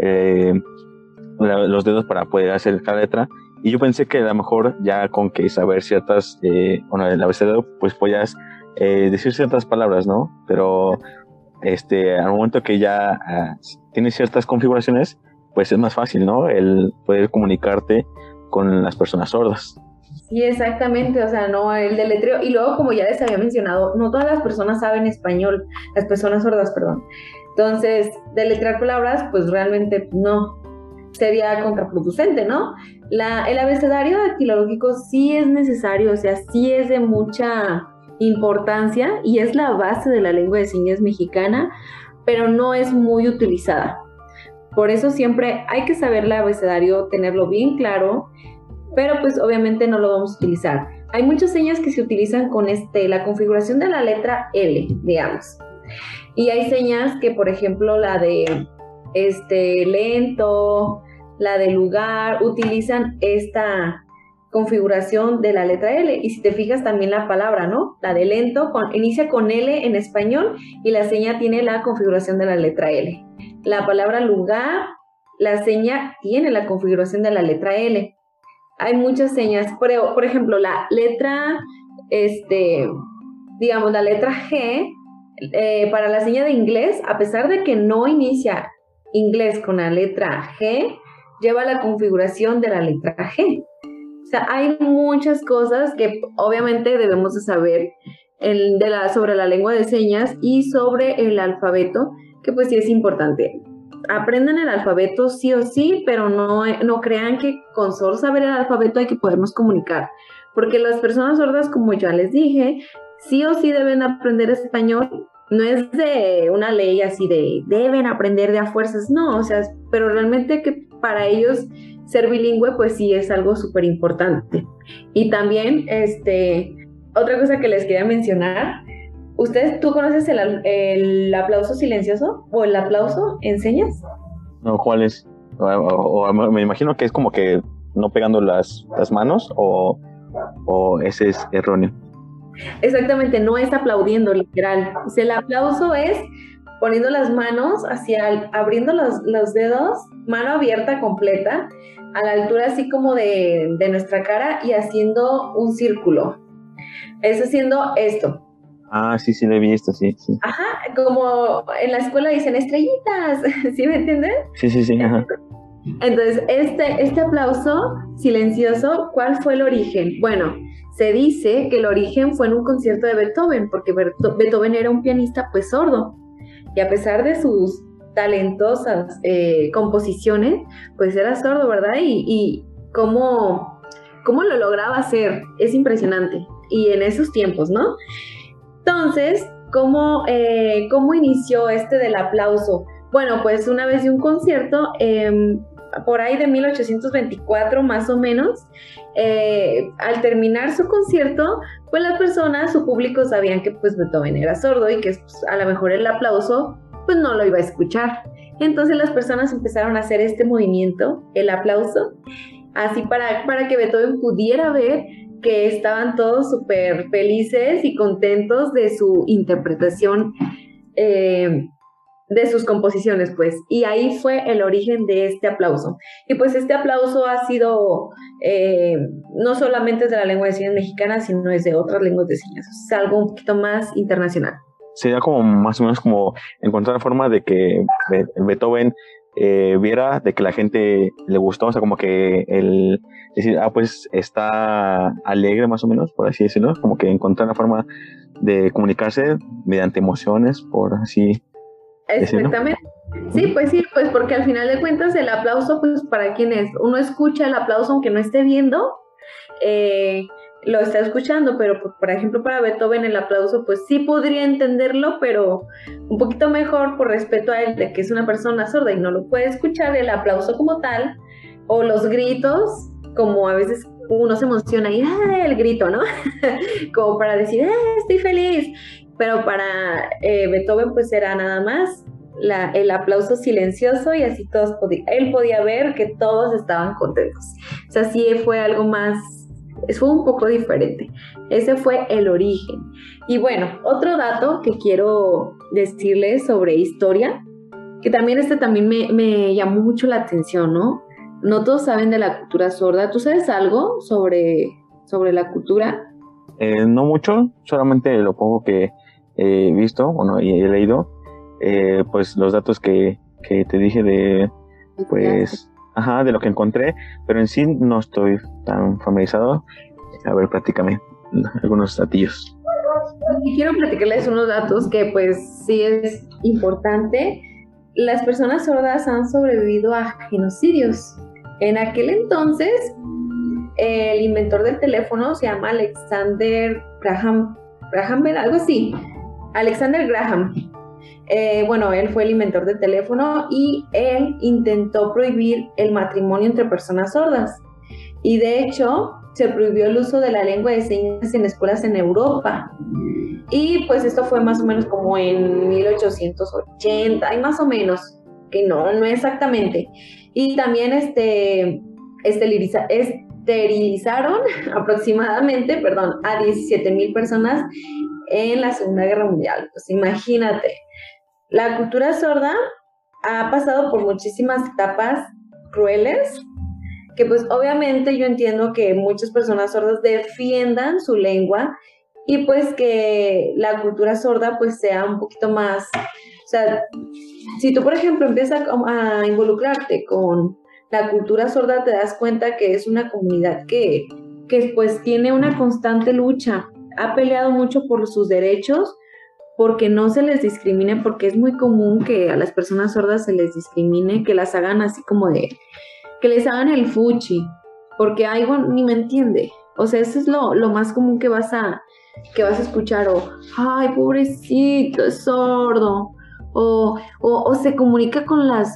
S1: los dedos para poder hacer cada letra. Y yo pensé que a lo mejor ya con que saber ciertas, el abecedario, pues podías decir ciertas palabras, ¿no? Pero al momento que ya tienes ciertas configuraciones, pues es más fácil, ¿no? El poder comunicarte con las personas sordas.
S2: Sí, exactamente, o sea, no, el deletreo, y luego como ya les había mencionado, no todas las personas saben español, las personas sordas, perdón. Entonces, deletrear palabras, pues realmente no, sería contraproducente, ¿no? El abecedario dactilológico sí es necesario, o sea, sí es de mucha importancia y es la base de la lengua de señas mexicana, pero no es muy utilizada. Por eso siempre hay que saber el abecedario, tenerlo bien claro, pero pues obviamente no lo vamos a utilizar. Hay muchas señas que se utilizan con la configuración de la letra L, digamos. Y hay señas que, por ejemplo, la de lento, la de lugar, utilizan esta configuración de la letra L. Y si te fijas también la palabra, ¿no? La de lento inicia con L en español y la seña tiene la configuración de la letra L. La palabra lugar, la seña tiene la configuración de la letra L. Hay muchas señas, pero, por ejemplo, la letra, digamos, la letra G, para la seña de inglés, a pesar de que no inicia inglés con la letra G, lleva la configuración de la letra G. O sea, hay muchas cosas que obviamente debemos de saber sobre la lengua de señas y sobre el alfabeto, que pues sí es importante. Aprendan el alfabeto sí o sí, pero no crean que con solo saber el alfabeto hay que podernos comunicar, porque las personas sordas, como ya les dije, sí o sí deben aprender español. No es de una ley así de deben aprender de a fuerzas, no, o sea, pero realmente que para ellos ser bilingüe pues sí es algo súper importante. Y también, otra cosa que les quería mencionar, ¿tú conoces el aplauso silencioso o el aplauso en señas?
S1: No, ¿cuál es? Me imagino que es como que no pegando las manos o ese es erróneo.
S2: Exactamente, no es aplaudiendo, literal. O sea, el aplauso es poniendo las manos abriendo los dedos, mano abierta completa, a la altura así como de nuestra cara y haciendo un círculo. Es haciendo esto.
S1: Ah, sí, sí, lo he visto, sí, sí.
S2: Ajá, como en la escuela dicen estrellitas, ¿sí me entienden?
S1: Sí, sí, sí, ajá.
S2: Entonces, este aplauso silencioso, ¿cuál fue el origen? Bueno, se dice que el origen fue en un concierto de Beethoven, porque Beethoven era un pianista pues sordo, y a pesar de sus talentosas composiciones, pues era sordo, ¿verdad? Y cómo lo lograba hacer, es impresionante, y en esos tiempos, ¿no? Entonces, ¿cómo inició del aplauso? Bueno, pues una vez de un concierto, por ahí de 1824 más o menos, al terminar su concierto, pues las personas, su público sabían que pues Beethoven era sordo y que pues, a lo mejor el aplauso pues no lo iba a escuchar. Entonces las personas empezaron a hacer este movimiento, el aplauso, así para que Beethoven pudiera ver que estaban todos súper felices y contentos de su interpretación de sus composiciones, pues, y ahí fue el origen de este aplauso. Y pues este aplauso ha sido no solamente de la lengua de señas mexicana, sino de otras lenguas de señas, es algo un poquito más internacional.
S1: Sería como más o menos como encontrar la forma de que Beethoven viera de que la gente le gustó, o sea, como que el decir, pues está alegre más o menos, por así decirlo, como que encontrar una forma de comunicarse mediante emociones, por así
S2: Exactamente. Decirlo. Sí, pues porque al final de cuentas el aplauso, pues para quien es, uno escucha el aplauso aunque no esté viendo, lo está escuchando, pero por ejemplo para Beethoven el aplauso pues sí podría entenderlo, pero un poquito mejor por respeto a él de que es una persona sorda y no lo puede escuchar, el aplauso como tal, o los gritos, como a veces uno se emociona y el grito, ¿no? Como para decir, estoy feliz, pero para Beethoven pues era nada más el aplauso silencioso y así él podía ver que todos estaban contentos. O sea, sí fue algo más, fue un poco diferente. Ese fue el origen. Y bueno, otro dato que quiero decirles sobre historia, que también también me llamó mucho la atención, ¿no? No todos saben de la cultura sorda. ¿Tú sabes algo sobre la cultura?
S1: No mucho, solamente lo poco que he visto, bueno, y he leído, pues los datos que te dije de, pues, ajá, de lo que encontré, pero en sí no estoy tan familiarizado. A ver, platícame algunos datillos.
S2: Y quiero platicarles unos datos que pues sí es importante. Las personas sordas han sobrevivido a genocidios. En aquel entonces, el inventor del teléfono se llama Alexander Graham Bell, algo así. Alexander Graham. Bueno, él fue el inventor del teléfono y él intentó prohibir el matrimonio entre personas sordas. Y de hecho, se prohibió el uso de la lengua de señas en escuelas en Europa. Y pues esto fue más o menos como en 1880, y más o menos, que no exactamente. Y también esterilizaron aproximadamente, a 17,000 personas en la Segunda Guerra Mundial. Pues imagínate, la cultura sorda ha pasado por muchísimas etapas crueles, que pues obviamente yo entiendo que muchas personas sordas defiendan su lengua y pues que la cultura sorda pues sea un poquito más, o sea, si tú por ejemplo empiezas a involucrarte con la cultura sorda, te das cuenta que es una comunidad que pues tiene una constante lucha, ha peleado mucho por sus derechos, porque no se les discrimine, porque es muy común que a las personas sordas se les discrimine, que las hagan así como que les hagan el fuchi, porque algo ni me entiende. O sea, eso es lo más común que vas a escuchar, o ay, pobrecito, es sordo, o se comunica con las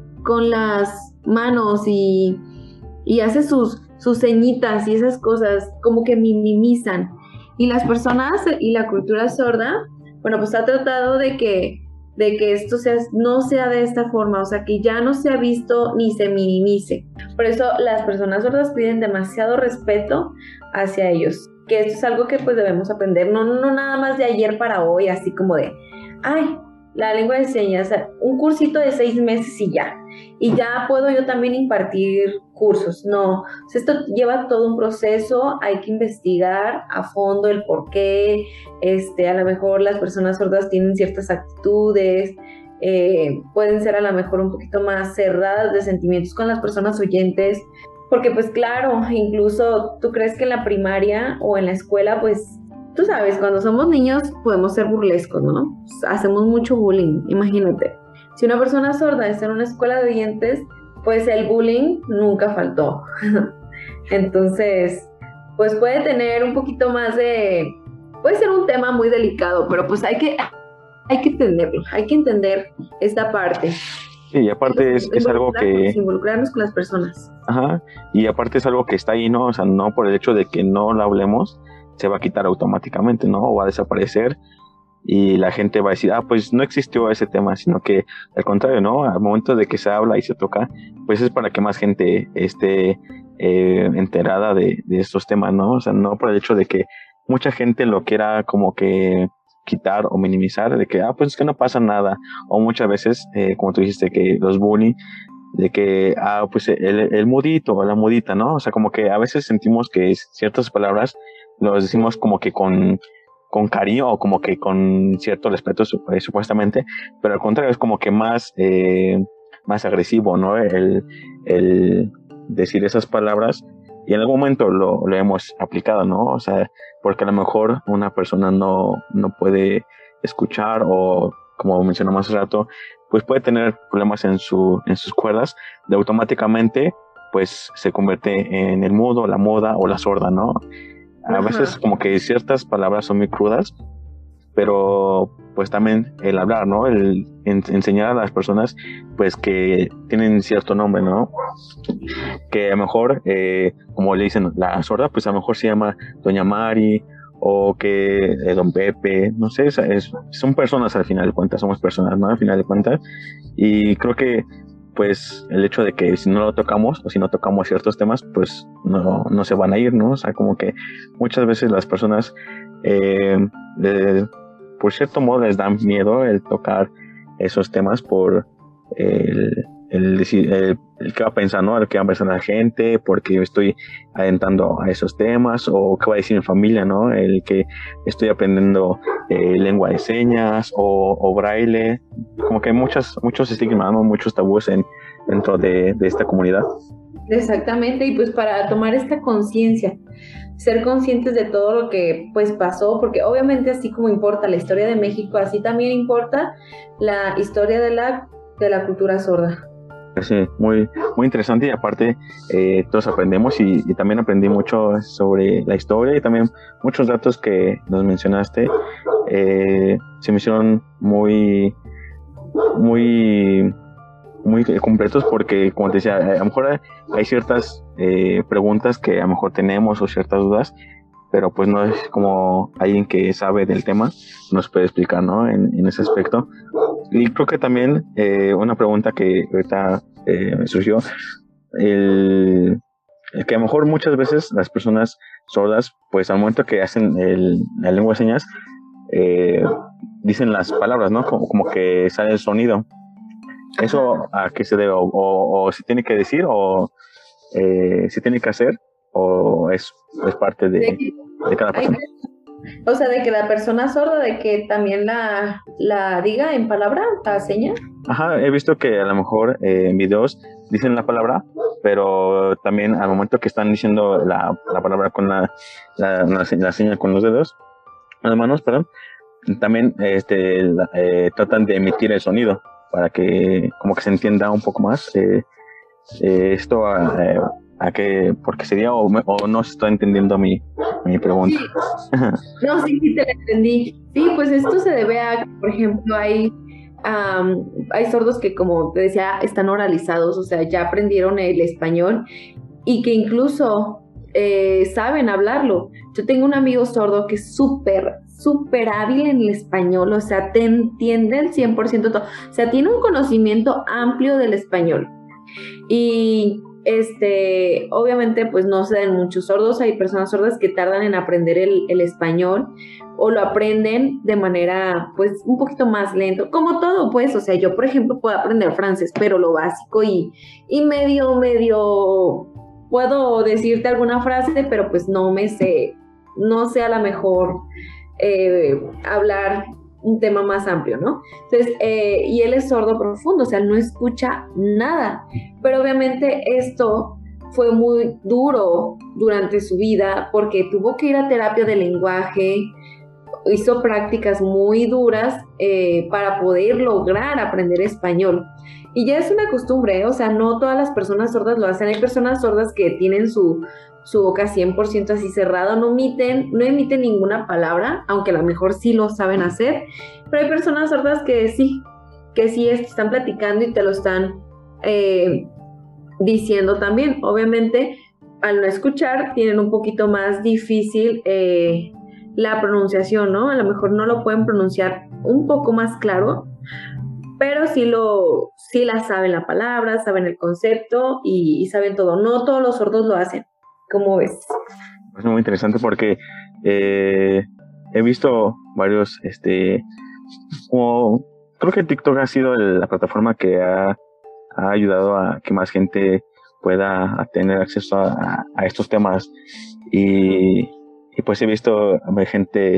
S2: manos y hace sus ceñitas y esas cosas, como que minimizan. Y las personas y la cultura sorda, bueno, pues ha tratado de que de que esto no sea de esta forma, o sea, que ya no sea visto ni se minimice. Por eso las personas sordas piden demasiado respeto hacia ellos, que esto es algo que pues debemos aprender, no nada más de ayer para hoy, así como de, ay, la lengua de señas, un cursito de 6 meses y ya puedo yo también impartir cursos. No, o sea, esto lleva todo un proceso, hay que investigar a fondo el por qué, a lo mejor las personas sordas tienen ciertas actitudes, pueden ser a lo mejor un poquito más cerradas de sentimientos con las personas oyentes, porque pues claro, incluso tú crees que en la primaria o en la escuela pues tú sabes, cuando somos niños podemos ser burlescos, ¿no? Pues hacemos mucho bullying, imagínate. Si una persona sorda está en una escuela de oyentes, pues el bullying nunca faltó. Entonces, pues puede tener un poquito más puede ser un tema muy delicado, pero pues hay que entenderlo, hay que entender esta parte.
S1: Sí, y aparte es algo que...
S2: Involucrarnos con las personas.
S1: Ajá, y aparte es algo que está ahí, ¿no? O sea, no por el hecho de que no lo hablemos, se va a quitar automáticamente, ¿no? O va a desaparecer y la gente va a decir, pues no existió ese tema, sino que al contrario, ¿no? Al momento de que se habla y se toca, pues es para que más gente esté enterada de estos temas, ¿no? O sea, no por el hecho de que mucha gente lo quiera como que quitar o minimizar, de que, pues es que no pasa nada, o muchas veces, como tú dijiste, que los bullying, de que, pues el mudito o la mudita, ¿no? O sea, como que a veces sentimos que ciertas palabras los decimos como que con cariño o como que con cierto respeto supuestamente, pero al contrario es como que más agresivo, ¿no? El decir esas palabras y en algún momento lo hemos aplicado, ¿no? O sea, porque a lo mejor una persona no puede escuchar o como mencionamos hace rato, pues puede tener problemas en sus cuerdas, de automáticamente pues se convierte en el mudo, la muda o la sorda, ¿no? A veces como que ciertas palabras son muy crudas, pero pues también el hablar, ¿no? El enseñar a las personas pues que tienen cierto nombre, ¿no? Que a lo mejor, como le dicen la sorda, pues a lo mejor se llama Doña Mari o que Don Pepe, no sé, son personas al final de cuentas, somos personas, ¿no? Al final de cuentas, y creo que pues el hecho de que si no lo tocamos o si no tocamos ciertos temas, pues no se van a ir, ¿no? O sea, como que muchas veces las personas, por cierto modo, les dan miedo el tocar esos temas por el decir, el que va a pensar, ¿no? El que va a pensar la gente, porque yo estoy adentrando a esos temas, o qué va a decir mi familia, ¿no? El que estoy aprendiendo lengua de señas o braille, como que hay muchos estigmas, ¿no? Muchos tabúes dentro de esta comunidad.
S2: Exactamente, y pues para tomar esta conciencia, ser conscientes de todo lo que pues pasó, porque obviamente así como importa la historia de México, así también importa la historia de la cultura sorda.
S1: Sí, muy, muy interesante, y aparte todos aprendemos y también aprendí mucho sobre la historia y también muchos datos que nos mencionaste se me hicieron muy completos, porque como te decía, a lo mejor hay ciertas preguntas que a lo mejor tenemos o ciertas dudas, pero pues no es como alguien que sabe del tema nos puede explicar, ¿no? En ese aspecto. Y creo que también una pregunta que ahorita me surgió, el que a lo mejor muchas veces las personas sordas, pues al momento que hacen la lengua de señas, dicen las palabras, ¿no? Como que sale el sonido. ¿Eso a qué se debe? O si tiene que decir, o si tiene que hacer, o es parte de cada persona?
S2: O sea, de que la persona sorda, de que también la diga en palabra, la seña.
S1: Ajá, he visto que a lo mejor en videos dicen la palabra, pero también al momento que están diciendo la palabra con la seña con los dedos, las manos, perdón, también tratan de emitir el sonido para que como que se entienda un poco más esto a qué, porque sería o no estoy entendiendo mi pregunta.
S2: Sí. No, sí te la entendí. Sí, pues esto se debe a, por ejemplo, hay sordos que, como te decía, están oralizados, o sea, ya aprendieron el español y que incluso saben hablarlo. Yo tengo un amigo sordo que es súper, súper hábil en el español, o sea, te entiende el 100% todo, o sea, tiene un conocimiento amplio del español. Y obviamente, pues no se dan muchos sordos, hay personas sordas que tardan en aprender el español o lo aprenden de manera, pues, un poquito más lento, como todo, pues, o sea, yo, por ejemplo, puedo aprender francés, pero lo básico y medio, puedo decirte alguna frase, pero pues no sé a lo mejor hablar un tema más amplio, ¿no? Entonces, y él es sordo profundo, o sea, no escucha nada, pero obviamente esto fue muy duro durante su vida porque tuvo que ir a terapia de lenguaje, hizo prácticas muy duras para poder lograr aprender español. Y ya es una costumbre, ¿eh? O sea, no todas las personas sordas lo hacen. Hay personas sordas que tienen su boca 100% así cerrada, no emiten ninguna palabra, aunque a lo mejor sí lo saben hacer, pero hay personas sordas que sí están platicando y te lo están diciendo también. Obviamente, al no escuchar, tienen un poquito más difícil la pronunciación, ¿no? A lo mejor no lo pueden pronunciar un poco más claro, pero sí la saben la palabra, saben el concepto y saben todo. No todos los sordos lo hacen. ¿Cómo ves?
S1: Es muy interesante porque he visto varios, como creo que TikTok ha sido la plataforma que ha ayudado a que más gente pueda tener acceso a estos temas y pues he visto gente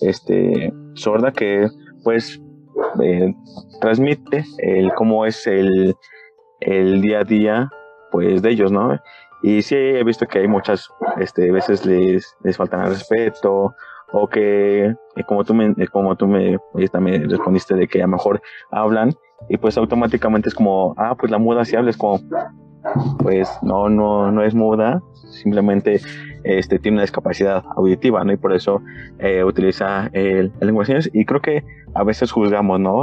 S1: sorda que pues transmite cómo es el día a día pues de ellos, ¿no? Y sí he visto que hay muchas veces les faltan al respeto o que como tú me respondiste de que a lo mejor hablan y pues automáticamente es como pues la muda sí habla, es como pues no es muda, simplemente tiene una discapacidad auditiva, ¿no? Y por eso utiliza el lenguaje de señas. Y creo que a veces juzgamos, ¿no?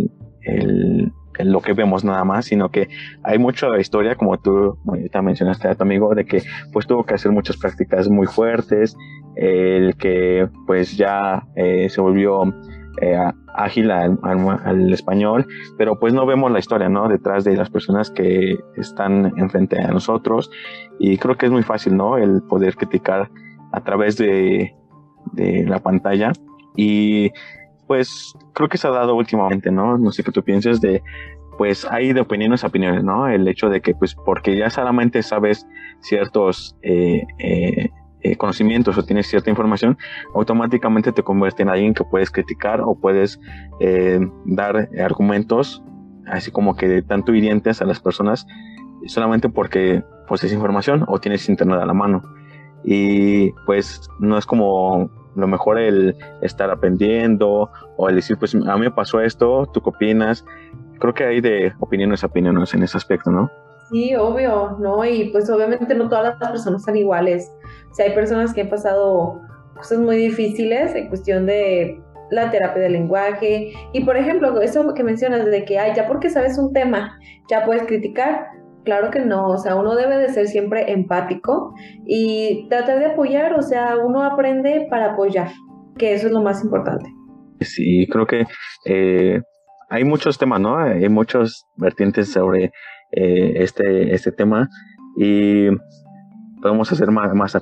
S1: Lo que vemos nada más, sino que hay mucha historia, como tú ahorita mencionaste a tu amigo, de que pues tuvo que hacer muchas prácticas muy fuertes, el que pues ya se volvió ágil al español, pero pues no vemos la historia, ¿no? Detrás de las personas que están enfrente a nosotros, y creo que es muy fácil, ¿no? El poder criticar a través de la pantalla, y pues creo que se ha dado últimamente, ¿no? No sé qué tú pienses pues hay de opiniones a opiniones, ¿no? El hecho de que pues porque ya solamente sabes ciertos conocimientos o tienes cierta información, automáticamente te convierte en alguien que puedes criticar o puedes dar argumentos así como que tanto hirientes a las personas solamente porque pues es información o tienes internet a la mano. Y pues no es como lo mejor el estar aprendiendo o el decir pues a mí me pasó esto, ¿tú qué opinas? Creo que hay de opiniones a opiniones en ese aspecto, ¿no?
S2: Sí, obvio, ¿no? Y pues obviamente no todas las personas son iguales. O sea, hay personas que han pasado cosas muy difíciles en cuestión de la terapia del lenguaje. Y por ejemplo, eso que mencionas de que, ya porque sabes un tema, ya puedes criticar. Claro que no, o sea, uno debe de ser siempre empático y tratar de apoyar, o sea, uno aprende para apoyar, que eso es lo más importante.
S1: Sí, creo que hay muchos temas, ¿no? Hay muchos vertientes sobre este tema y podemos hacer más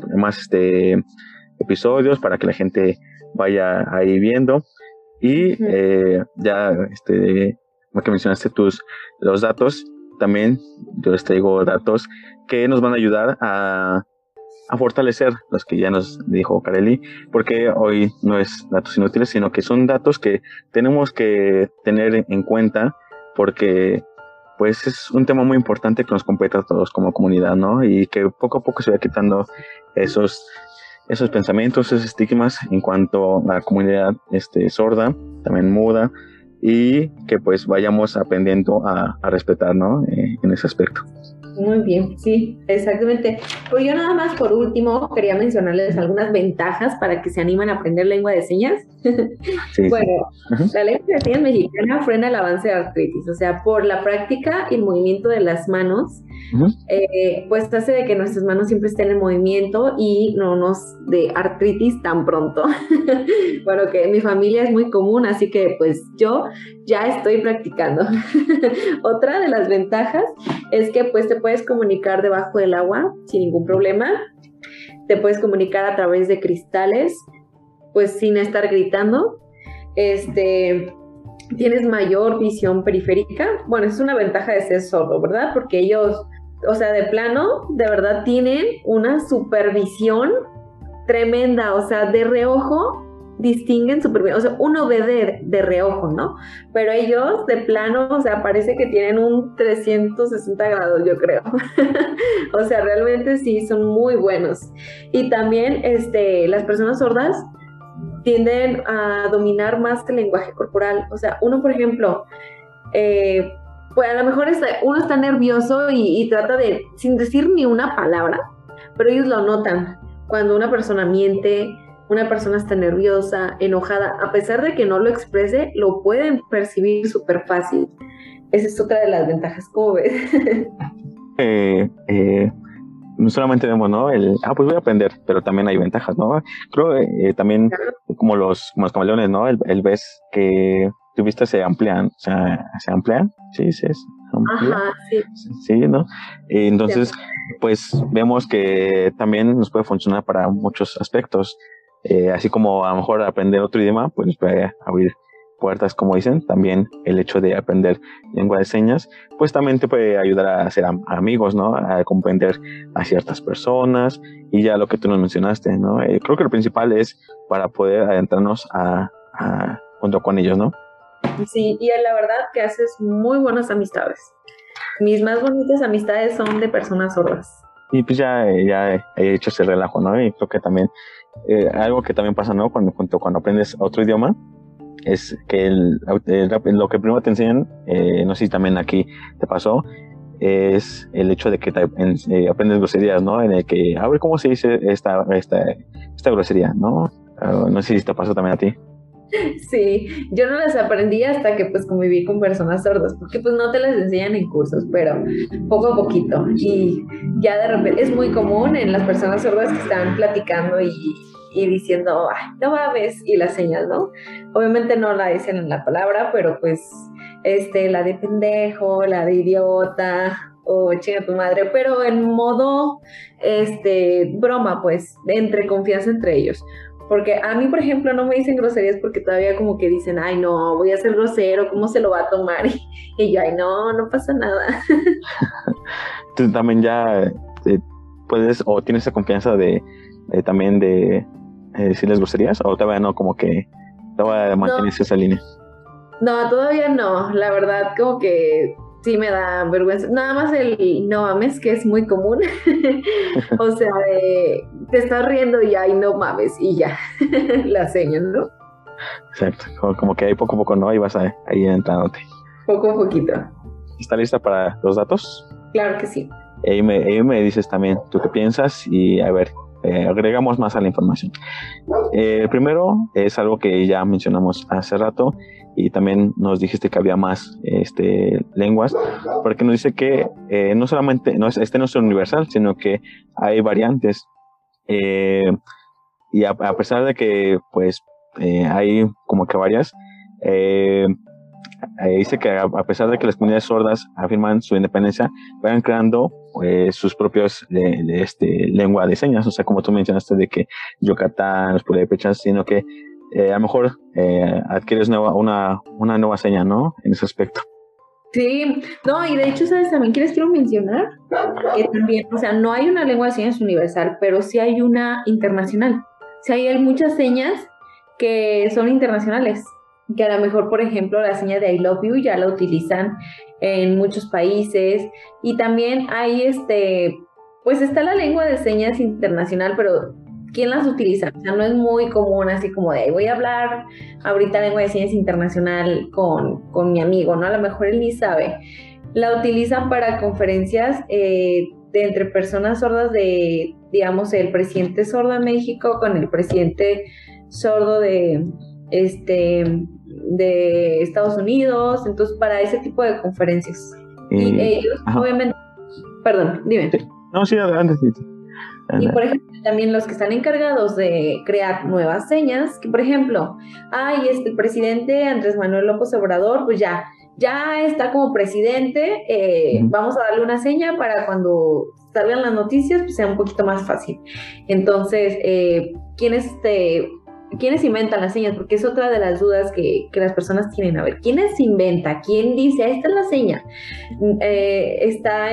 S1: episodios para que la gente vaya ahí viendo y ya como que mencionaste los datos, también yo les traigo datos que nos van a ayudar a fortalecer los que ya nos dijo Kareli, porque hoy no es datos inútiles, sino que son datos que tenemos que tener en cuenta, porque pues es un tema muy importante que nos compete a todos como comunidad, ¿no? Y que poco a poco se va quitando esos pensamientos, esos estigmas en cuanto a la comunidad sorda, también muda, y que pues vayamos aprendiendo a respetar, ¿no? En ese aspecto.
S2: Muy bien, sí, exactamente. Pues yo nada más por último quería mencionarles algunas ventajas para que se animen a aprender lengua de señas.
S1: Sí, sí.
S2: Bueno,
S1: Ujú,
S2: la lengua de señas mexicana frena el avance de artritis, o sea, por la práctica y el movimiento de las manos,
S1: ujú.
S2: pues hace de que nuestras manos siempre estén en movimiento y no nos de artritis tan pronto. Bueno, que en mi familia es muy común, así que pues yo ya estoy practicando. Otra de las ventajas es que pues te puedes comunicar debajo del agua sin ningún problema, te puedes comunicar a través de cristales, pues sin estar gritando, este, tienes mayor visión periférica. Bueno, es una ventaja de ser sordo, ¿verdad? Porque ellos, o sea, de plano, de verdad tienen una supervisión tremenda, o sea, de reojo distinguen súper bien, o sea, uno ve de reojo, ¿no? Pero ellos de plano, o sea, parece que tienen un 360 grados, yo creo. O sea, realmente sí, son muy buenos. Y también, las personas sordas tienden a dominar más el lenguaje corporal. O sea, uno, por ejemplo, pues a lo mejor uno está nervioso y trata de, sin decir ni una palabra, pero ellos lo notan. Cuando una persona miente, una persona está nerviosa, enojada, a pesar de que no lo exprese, lo pueden percibir súper fácil. Esa es otra de las ventajas, ¿cómo ves?
S1: Eh, eh, no solamente vemos, ¿no? Pues voy a aprender, pero también hay ventajas, ¿no? Creo también como los camaleones, ¿no? El ves que tu vista se amplían, o sea, se amplían, sí, se amplía,
S2: Ajá, sí.
S1: sí, ¿no? Entonces, pues vemos que también nos puede funcionar para muchos aspectos, así como a lo mejor aprender otro idioma, pues nos puede abrir puertas, como dicen, también el hecho de aprender lengua de señas, pues también te puede ayudar a hacer amigos, ¿no? A comprender a ciertas personas y ya lo que tú nos mencionaste, ¿no? Creo que lo principal es para poder adentrarnos junto con ellos, ¿no?
S2: Sí, y la verdad que haces muy buenas amistades. Mis más bonitas amistades son de personas sordas.
S1: Y pues ya he hecho ese relajo, ¿no? Y creo que también algo que también pasa, ¿no? Cuando aprendes otro idioma, es que lo que primero te enseñan, no sé si también aquí te pasó, es el hecho de que aprendes groserías, ¿no? En el que, a ver cómo se dice esta grosería, ¿no? No sé si te pasó también a ti.
S2: Sí, yo no las aprendí hasta que pues conviví con personas sordas, porque pues no te las enseñan en cursos, pero poco a poquito. Y ya de repente es muy común en las personas sordas que están platicando y diciendo, ay, no mames, y las señas, ¿no? Obviamente no la dicen en la palabra, pero pues la de pendejo, la de idiota, o chinga tu madre, pero en modo, broma, pues, entre confianza entre ellos. Porque a mí, por ejemplo, no me dicen groserías porque todavía como que dicen, ay, no, voy a ser grosero, ¿cómo se lo va a tomar? Y yo, ay, no, no pasa nada.
S1: Tú también ya puedes o tienes esa confianza también de decirles groserías o todavía no, como que todavía mantienes esa línea.
S2: No, todavía no, la verdad, como que sí me da vergüenza. Nada más el no mames, que es muy común. O sea, te estás riendo y ay, no mames, y ya, la señal, ¿no?
S1: Exacto, como que ahí poco a poco no, y vas ahí entrándote.
S2: Poco a poquito.
S1: ¿Está lista para los datos?
S2: Claro que sí.
S1: Ahí me dices también tú qué piensas y a ver, agregamos más a la información. Primero es algo que ya mencionamos hace rato y también nos dijiste que había más lenguas, porque nos dice que no solamente no es universal, sino que hay variantes. Y a pesar de que pues hay como que varias, eh, dice que a pesar de que las comunidades sordas afirman su independencia, vayan creando sus propios lengua de señas, o sea, como tú mencionaste de que Yucatán, los purépechas, sino que a lo mejor adquieres una nueva seña, ¿no? En ese aspecto.
S2: Sí, no, y de hecho, ¿sabes? También quiero mencionar que también, o sea, no hay una lengua de señas universal, pero sí hay una internacional. O sea, hay muchas señas que son internacionales, que a lo mejor, por ejemplo, la seña de I love you ya la utilizan en muchos países, y también hay pues está la lengua de señas internacional, pero ¿quién las utiliza? O sea, no es muy común así como de, voy a hablar ahorita lengua de señas internacional con mi amigo, ¿no? A lo mejor él ni sabe. la utilizan para conferencias de entre personas sordas de, digamos, el presidente sordo de México con el presidente sordo de Estados Unidos, entonces para ese tipo de conferencias. Y ellos, obviamente, perdón, dime.
S1: Sí. No, sí, adelante. Sí.
S2: Y por ejemplo, también los que están encargados de crear nuevas señas, que por ejemplo, el presidente Andrés Manuel López Obrador, pues ya está como presidente, vamos a darle una seña para cuando salgan las noticias, pues sea un poquito más fácil. Entonces, ¿quiénes inventan las señas? Porque es otra de las dudas que las personas tienen. A ver, ¿quiénes inventa? ¿Quién dice, esta es la seña? Está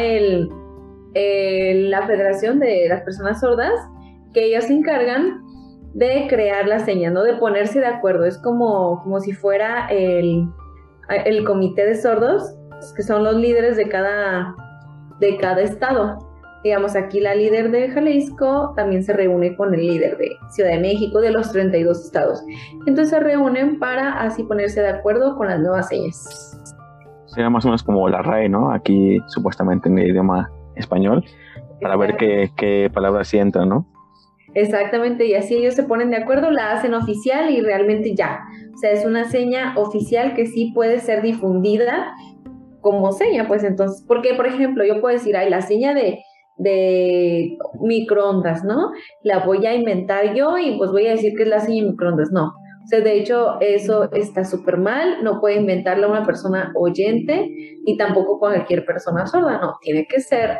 S2: la Federación de las Personas Sordas, que ellos se encargan de crear la seña, ¿no? De ponerse de acuerdo. Es como si fuera el comité de sordos, que son los líderes de cada estado. Digamos, aquí la líder de Jalisco también se reúne con el líder de Ciudad de México, de los 32 estados. Entonces se reúnen para así ponerse de acuerdo con las nuevas señas.
S1: Sería más o menos como la RAE, ¿no? Aquí supuestamente en el idioma español, para ver qué palabras sí entran, ¿no?
S2: Exactamente, y así ellos se ponen de acuerdo, la hacen oficial y realmente ya. O sea, es una seña oficial que sí puede ser difundida como seña, pues entonces, porque por ejemplo, yo puedo decir, la seña de microondas, ¿no? La voy a inventar yo y pues voy a decir que es la seña de microondas, no. O sea, de hecho, eso está súper mal, no puede inventarla una persona oyente y tampoco cualquier persona sorda, no, tienen que ser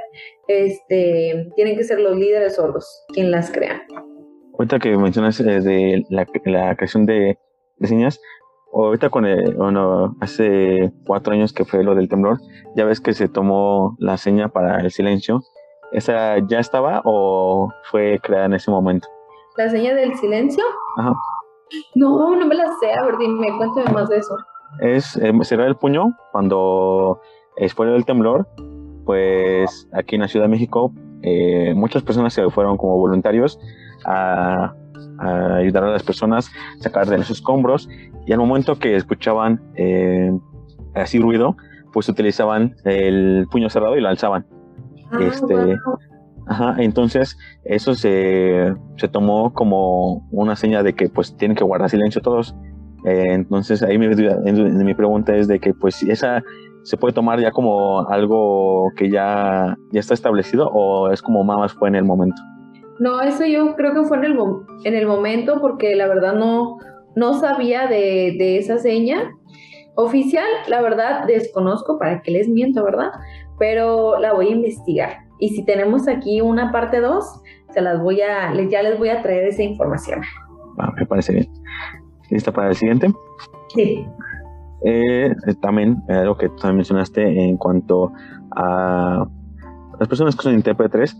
S2: los líderes sordos quien las crean.
S1: Ahorita que mencionas de la creación de señas, ahorita hace 4 años que fue lo del temblor, ya ves que se tomó la seña para el silencio. ¿Esa ya estaba o fue creada en ese momento?
S2: ¿La seña del silencio?
S1: Ajá.
S2: No me la sé, a ver, dime, cuéntame más de eso.
S1: Es cerrar el puño cuando fue el temblor, pues aquí en la Ciudad de México muchas personas se fueron como voluntarios a ayudar a las personas a sacar de los escombros, y al momento que escuchaban así ruido, pues utilizaban el puño cerrado y lo alzaban.
S2: Wow.
S1: Ajá, entonces eso se tomó como una seña de que pues tienen que guardar silencio todos. Entonces ahí mi pregunta es de que pues esa se puede tomar ya como algo que ya está establecido, o es como más fue en el momento.
S2: No, eso yo creo que fue en el momento, porque la verdad no sabía de esa seña oficial. La verdad desconozco, para qué les miento, ¿verdad? Pero la voy a investigar. Y si tenemos aquí una parte 2, ya les voy a traer esa información.
S1: Me parece bien. ¿Lista para el siguiente?
S2: Sí.
S1: También lo que tú mencionaste en cuanto a las personas que son intérpretes,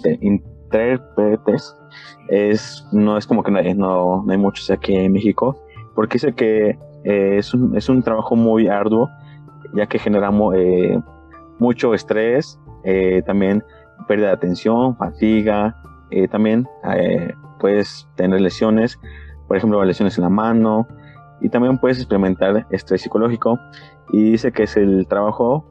S1: no es como que no hay muchos aquí en México, porque sé que es un trabajo muy arduo, ya que generamos mucho estrés, también pérdida de atención, fatiga, también puedes tener lesiones, por ejemplo lesiones en la mano, y también puedes experimentar estrés psicológico, y dice que el trabajo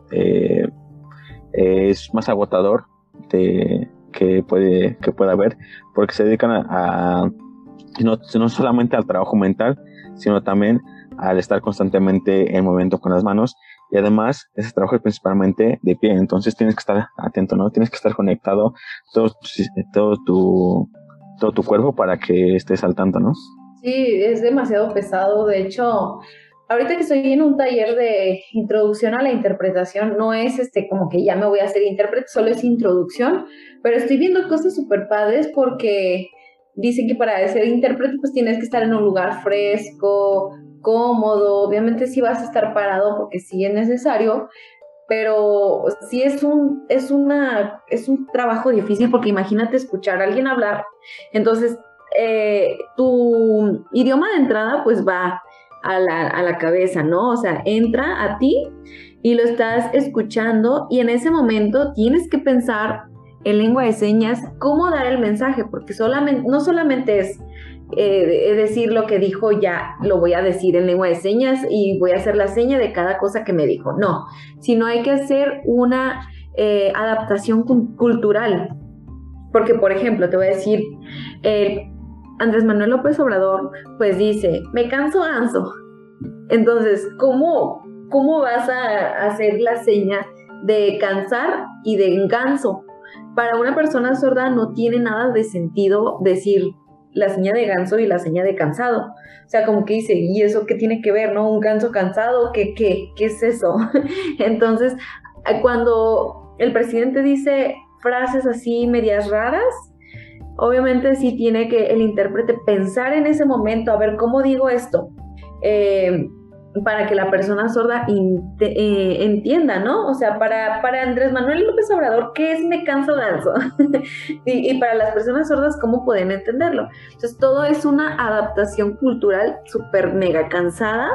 S1: es más agotador que pueda haber, porque se dedican no solamente al trabajo mental, sino también al estar constantemente en movimiento con las manos, y además ese trabajo es principalmente de pie, entonces tienes que estar atento, ¿no? Tienes que estar conectado todo tu cuerpo para que estés al tanto, ¿no?
S2: Sí, es demasiado pesado. De hecho, ahorita que estoy en un taller de introducción a la interpretación, no es como que ya me voy a hacer intérprete, solo es introducción, pero estoy viendo cosas súper padres, porque dicen que para ser intérprete pues tienes que estar en un lugar fresco, cómodo. Obviamente sí vas a estar parado porque sí es necesario, pero sí es un trabajo difícil, porque imagínate escuchar a alguien hablar, entonces tu idioma de entrada pues va a la cabeza, ¿no? O sea, entra a ti y lo estás escuchando, y en ese momento tienes que pensar en lengua de señas cómo dar el mensaje, porque no solamente es decir lo que dijo, ya lo voy a decir en lengua de señas y voy a hacer la seña de cada cosa que me dijo. No, sino hay que hacer una adaptación cultural. Porque, por ejemplo, te voy a decir, Andrés Manuel López Obrador, pues dice, me canso ganso. Entonces, ¿cómo vas a hacer la seña de cansar y de ganso? Para una persona sorda no tiene nada de sentido decir la seña de ganso y la seña de cansado. O sea, como que dice, ¿y eso qué tiene que ver, no? ¿Un ganso cansado? ¿Qué es eso? Entonces, cuando el presidente dice frases así medias raras, obviamente sí tiene que el intérprete pensar en ese momento, a ver, ¿cómo digo esto? Para que la persona sorda entienda, ¿no? O sea, para Andrés Manuel López Obrador, ¿qué es me canso ganso? y para las personas sordas, ¿cómo pueden entenderlo? Entonces, todo es una adaptación cultural súper mega cansada.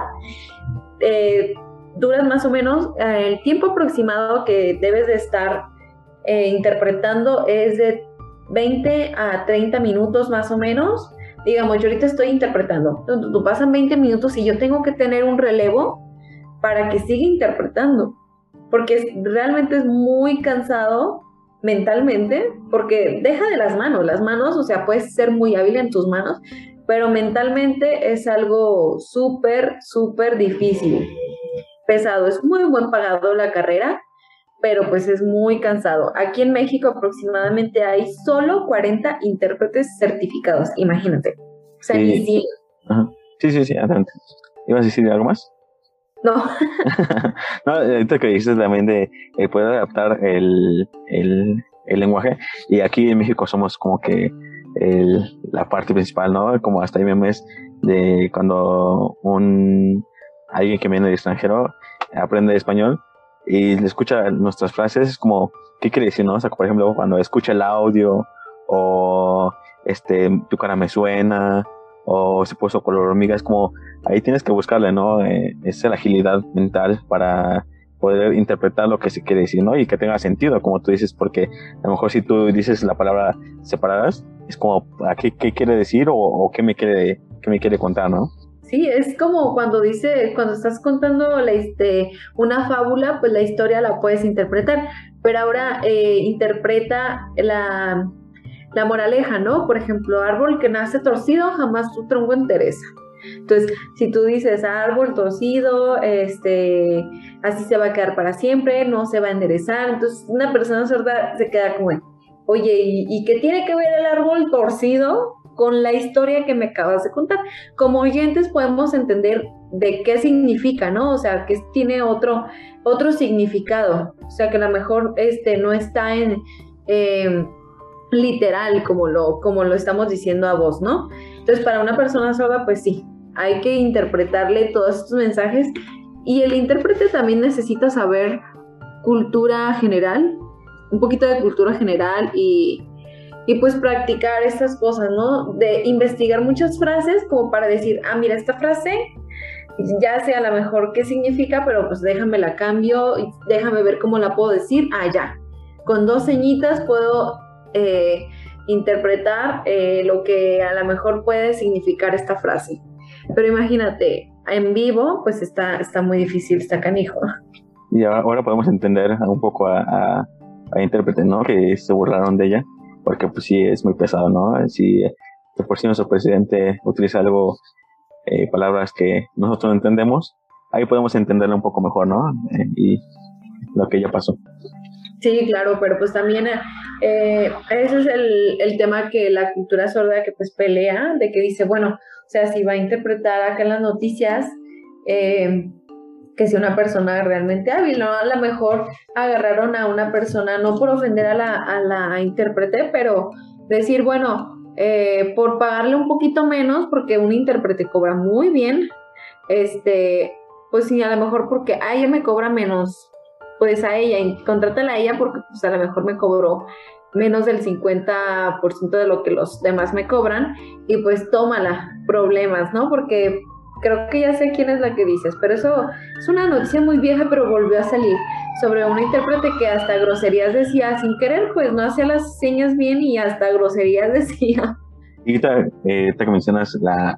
S2: Duras más o menos, el tiempo aproximado que debes de estar interpretando es de 20 a 30 minutos más o menos. Digamos, yo ahorita estoy interpretando, tú pasan 20 minutos y yo tengo que tener un relevo para que siga interpretando, porque realmente es muy cansado mentalmente, porque deja de las manos, o sea, puedes ser muy hábil en tus manos, pero mentalmente es algo súper, súper difícil, pesado, es muy buen pagado la carrera, pero pues es muy cansado. Aquí en México aproximadamente hay solo 40 intérpretes certificados, imagínate. O sea, ni 100.
S1: Sí, adelante. ¿Ibas a decir algo más?
S2: No.
S1: No, ahorita que dices también de poder adaptar el lenguaje, y aquí en México somos como que la parte principal, ¿no? Como hasta hay memes de cuando alguien que viene del extranjero aprende español y le escucha nuestras frases, es como, ¿qué quiere decir, no? O sea, por ejemplo, cuando escucha el audio, o tu cara me suena, o se puso color hormiga, es como, ahí tienes que buscarle, ¿no? Esa agilidad mental para poder interpretar lo que se quiere decir, ¿no? Y que tenga sentido, como tú dices, porque a lo mejor si tú dices la palabra separadas, es como, ¿qué quiere decir? O qué me quiere contar, ¿no?
S2: Sí, es como cuando estás contando una fábula, pues la historia la puedes interpretar, pero ahora interpreta la moraleja, ¿no? Por ejemplo, árbol que nace torcido, jamás su tronco endereza. Entonces, si tú dices árbol torcido, así se va a quedar para siempre, no se va a enderezar, entonces una persona sorda se queda como, oye, ¿y qué tiene que ver el árbol torcido con la historia que me acabas de contar? Como oyentes podemos entender de qué significa, ¿no? O sea, que tiene otro significado, o sea, que a lo mejor no está en literal como lo estamos diciendo a voz, ¿no? Entonces, para una persona sorda, pues sí, hay que interpretarle todos estos mensajes, y el intérprete también necesita saber cultura general, un poquito de cultura general, y pues practicar estas cosas, ¿no? De investigar muchas frases como para decir, mira, esta frase ya sé a lo mejor qué significa, pero pues déjame la cambio y déjame ver cómo la puedo decir. Ya, con 2 ceñitas puedo interpretar lo que a lo mejor puede significar esta frase. Pero imagínate, en vivo, pues está muy difícil, está canijo.
S1: Y ahora podemos entender un poco a intérpretes, ¿no? Que se burlaron de ella, porque pues sí es muy pesado, ¿no? Si de por sí nuestro presidente utiliza palabras que nosotros no entendemos, ahí podemos entenderlo un poco mejor, ¿no? Y lo que ya pasó.
S2: Sí, claro, pero pues también ese es el tema que la cultura sorda que pues pelea, de que dice, bueno, o sea, si va a interpretar acá en las noticias, que sea una persona realmente hábil, ¿no? A lo mejor agarraron a una persona, no por ofender a la intérprete, pero decir, bueno, por pagarle un poquito menos, porque un intérprete cobra muy bien, pues sí, a lo mejor porque a ella me cobra menos, pues a ella, y contrátala a ella porque pues a lo mejor me cobró menos del 50% de lo que los demás me cobran, y pues tómala, problemas, ¿no? Porque creo que ya sé quién es la que dices, pero eso es una noticia muy vieja, pero volvió a salir, sobre una intérprete que hasta groserías decía sin querer, pues no hacía las señas bien y hasta groserías decía.
S1: ahorita que mencionas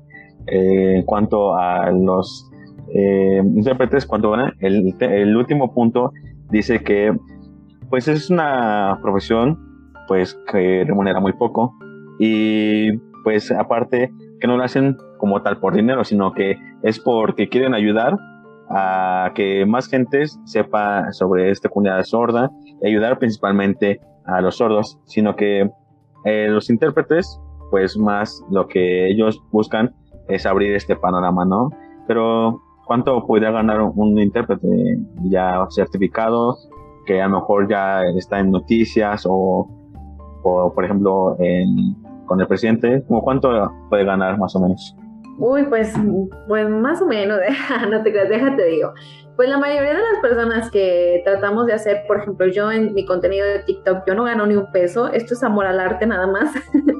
S1: en cuanto a los intérpretes, cuando van, el último punto dice que pues es una profesión pues que remunera muy poco y pues aparte que no lo hacen como tal por dinero, sino que es porque quieren ayudar a que más gente sepa sobre esta comunidad sorda y ayudar principalmente a los sordos, sino que los intérpretes pues más lo que ellos buscan es abrir este panorama, ¿no? Pero ¿cuánto podría ganar un intérprete ya certificado que a lo mejor ya está en noticias o por ejemplo con el presidente? ¿Cómo cuánto puede ganar más o menos?
S2: Uy, pues más o menos, no te creas, déjate digo. Pues la mayoría de las personas que tratamos de hacer, por ejemplo, yo en mi contenido de TikTok, yo no gano ni un peso, esto es amor al arte nada más,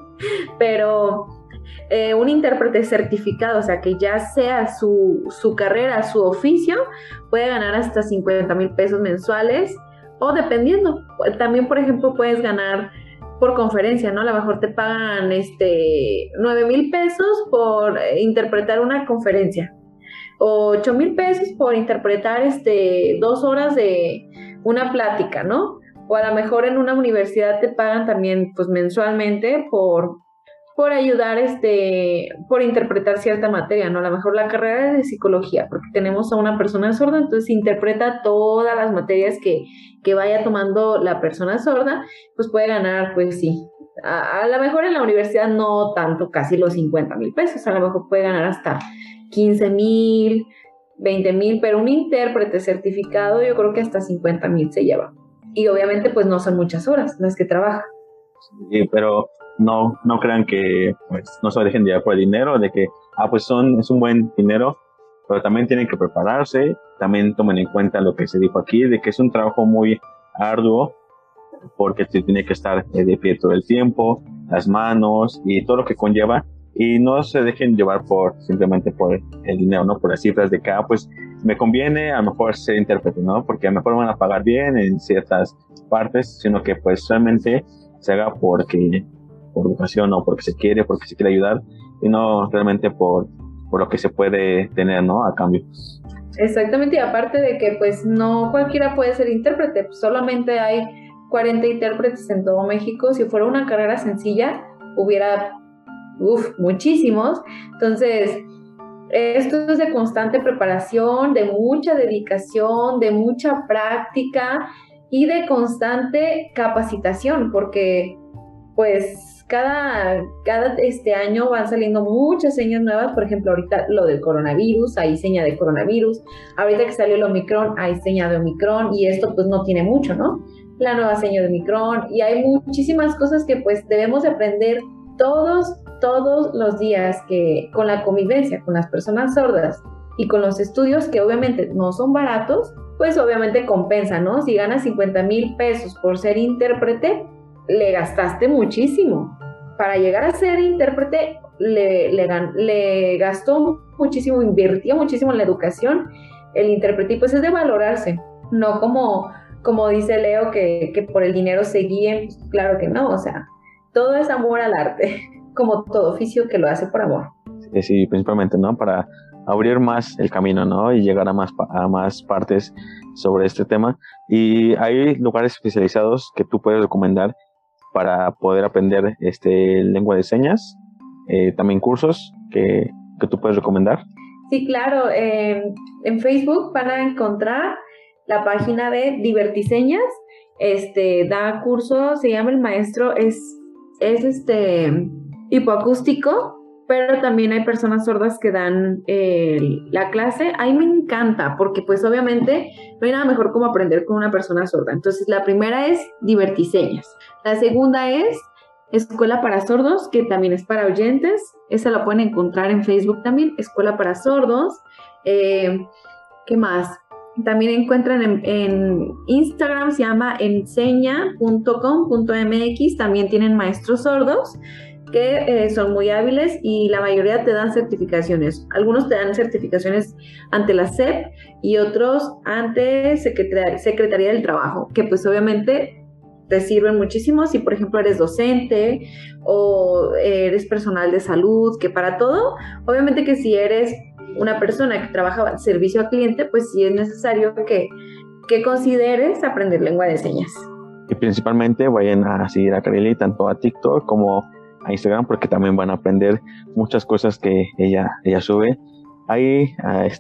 S2: pero un intérprete certificado, o sea, que ya sea su carrera, su oficio, puede ganar hasta 50,000 pesos mensuales o dependiendo. También, por ejemplo, puedes ganar por conferencia, ¿no? A lo mejor te pagan 9,000 pesos por interpretar una conferencia, o 8,000 pesos por interpretar 2 horas de una plática, ¿no? O a lo mejor en una universidad te pagan también pues mensualmente por ayudar, por interpretar cierta materia, ¿no? A lo mejor la carrera es de psicología, porque tenemos a una persona sorda, entonces interpreta todas las materias que vaya tomando la persona sorda, pues puede ganar, pues sí. A lo mejor en la universidad no tanto, casi los 50,000 pesos, a lo mejor puede ganar hasta 15,000, 20,000, pero un intérprete certificado yo creo que hasta 50,000 se lleva. Y obviamente pues no son muchas horas las que trabaja.
S1: Sí, pero no crean que pues no se dejen llevar por el dinero, de que pues es un buen dinero, pero también tienen que prepararse, también tomen en cuenta lo que se dijo aquí, de que es un trabajo muy arduo, porque se tiene que estar de pie todo el tiempo, las manos y todo lo que conlleva, y no se dejen llevar simplemente por el dinero, ¿no? Por las cifras de que, pues me conviene a lo mejor ser intérprete, ¿no? Porque a lo mejor van a pagar bien en ciertas partes, sino que pues realmente se haga por educación o porque se quiere ayudar y no realmente por lo que se puede tener, ¿no? A cambio.
S2: Exactamente, y aparte de que pues no cualquiera puede ser intérprete, pues, solamente hay 40 intérpretes en todo México. Si fuera una carrera sencilla, hubiera muchísimos. Entonces, esto es de constante preparación, de mucha dedicación, de mucha práctica y de constante capacitación, porque pues cada año van saliendo muchas señas nuevas. Por ejemplo, ahorita lo del coronavirus, hay seña de coronavirus. Ahorita que salió el Omicron, hay seña de Omicron, y esto pues no tiene mucho, ¿no? La nueva seña de Omicron, y hay muchísimas cosas que pues debemos de aprender todos los días, que con la convivencia con las personas sordas y con los estudios que obviamente no son baratos, pues obviamente compensa, ¿no? Si ganas 50,000 pesos por ser intérprete, le gastaste muchísimo. Para llegar a ser intérprete, le gastó muchísimo, invirtió muchísimo en la educación el intérprete, y pues es de valorarse, no como dice Leo, que por el dinero se guíen. Claro que no, o sea, todo es amor al arte, como todo oficio que lo hace por amor.
S1: Sí, principalmente, ¿no? Para abrir más el camino, ¿no? Y llegar a más partes sobre este tema. Y hay lugares especializados que tú puedes recomendar para poder aprender lengua de señas, también cursos que tú puedes recomendar.
S2: Sí, claro, en Facebook van a encontrar la página de Divertiseñas, da curso, se llama El Maestro, es hipoacústico, pero también hay personas sordas que dan la clase. A mí me encanta, porque pues obviamente no hay nada mejor como aprender con una persona sorda. Entonces la primera es Divertiseñas, la segunda es Escuela para Sordos, que también es para oyentes. Esa la pueden encontrar en Facebook también, Escuela para Sordos. ¿Qué más? También encuentran en Instagram, se llama enseña.com.mx. También tienen maestros sordos que son muy hábiles, y la mayoría te dan certificaciones. Algunos te dan certificaciones ante la SEP y otros ante Secretaría del Trabajo, que pues obviamente te sirven muchísimo si, por ejemplo, eres docente o eres personal de salud, que para todo, obviamente que si eres una persona que trabaja servicio al cliente, pues sí es necesario que consideres aprender lengua de señas.
S1: Y principalmente vayan a seguir a Kareli tanto a TikTok como a Instagram, porque también van a aprender muchas cosas que ella sube. Ahí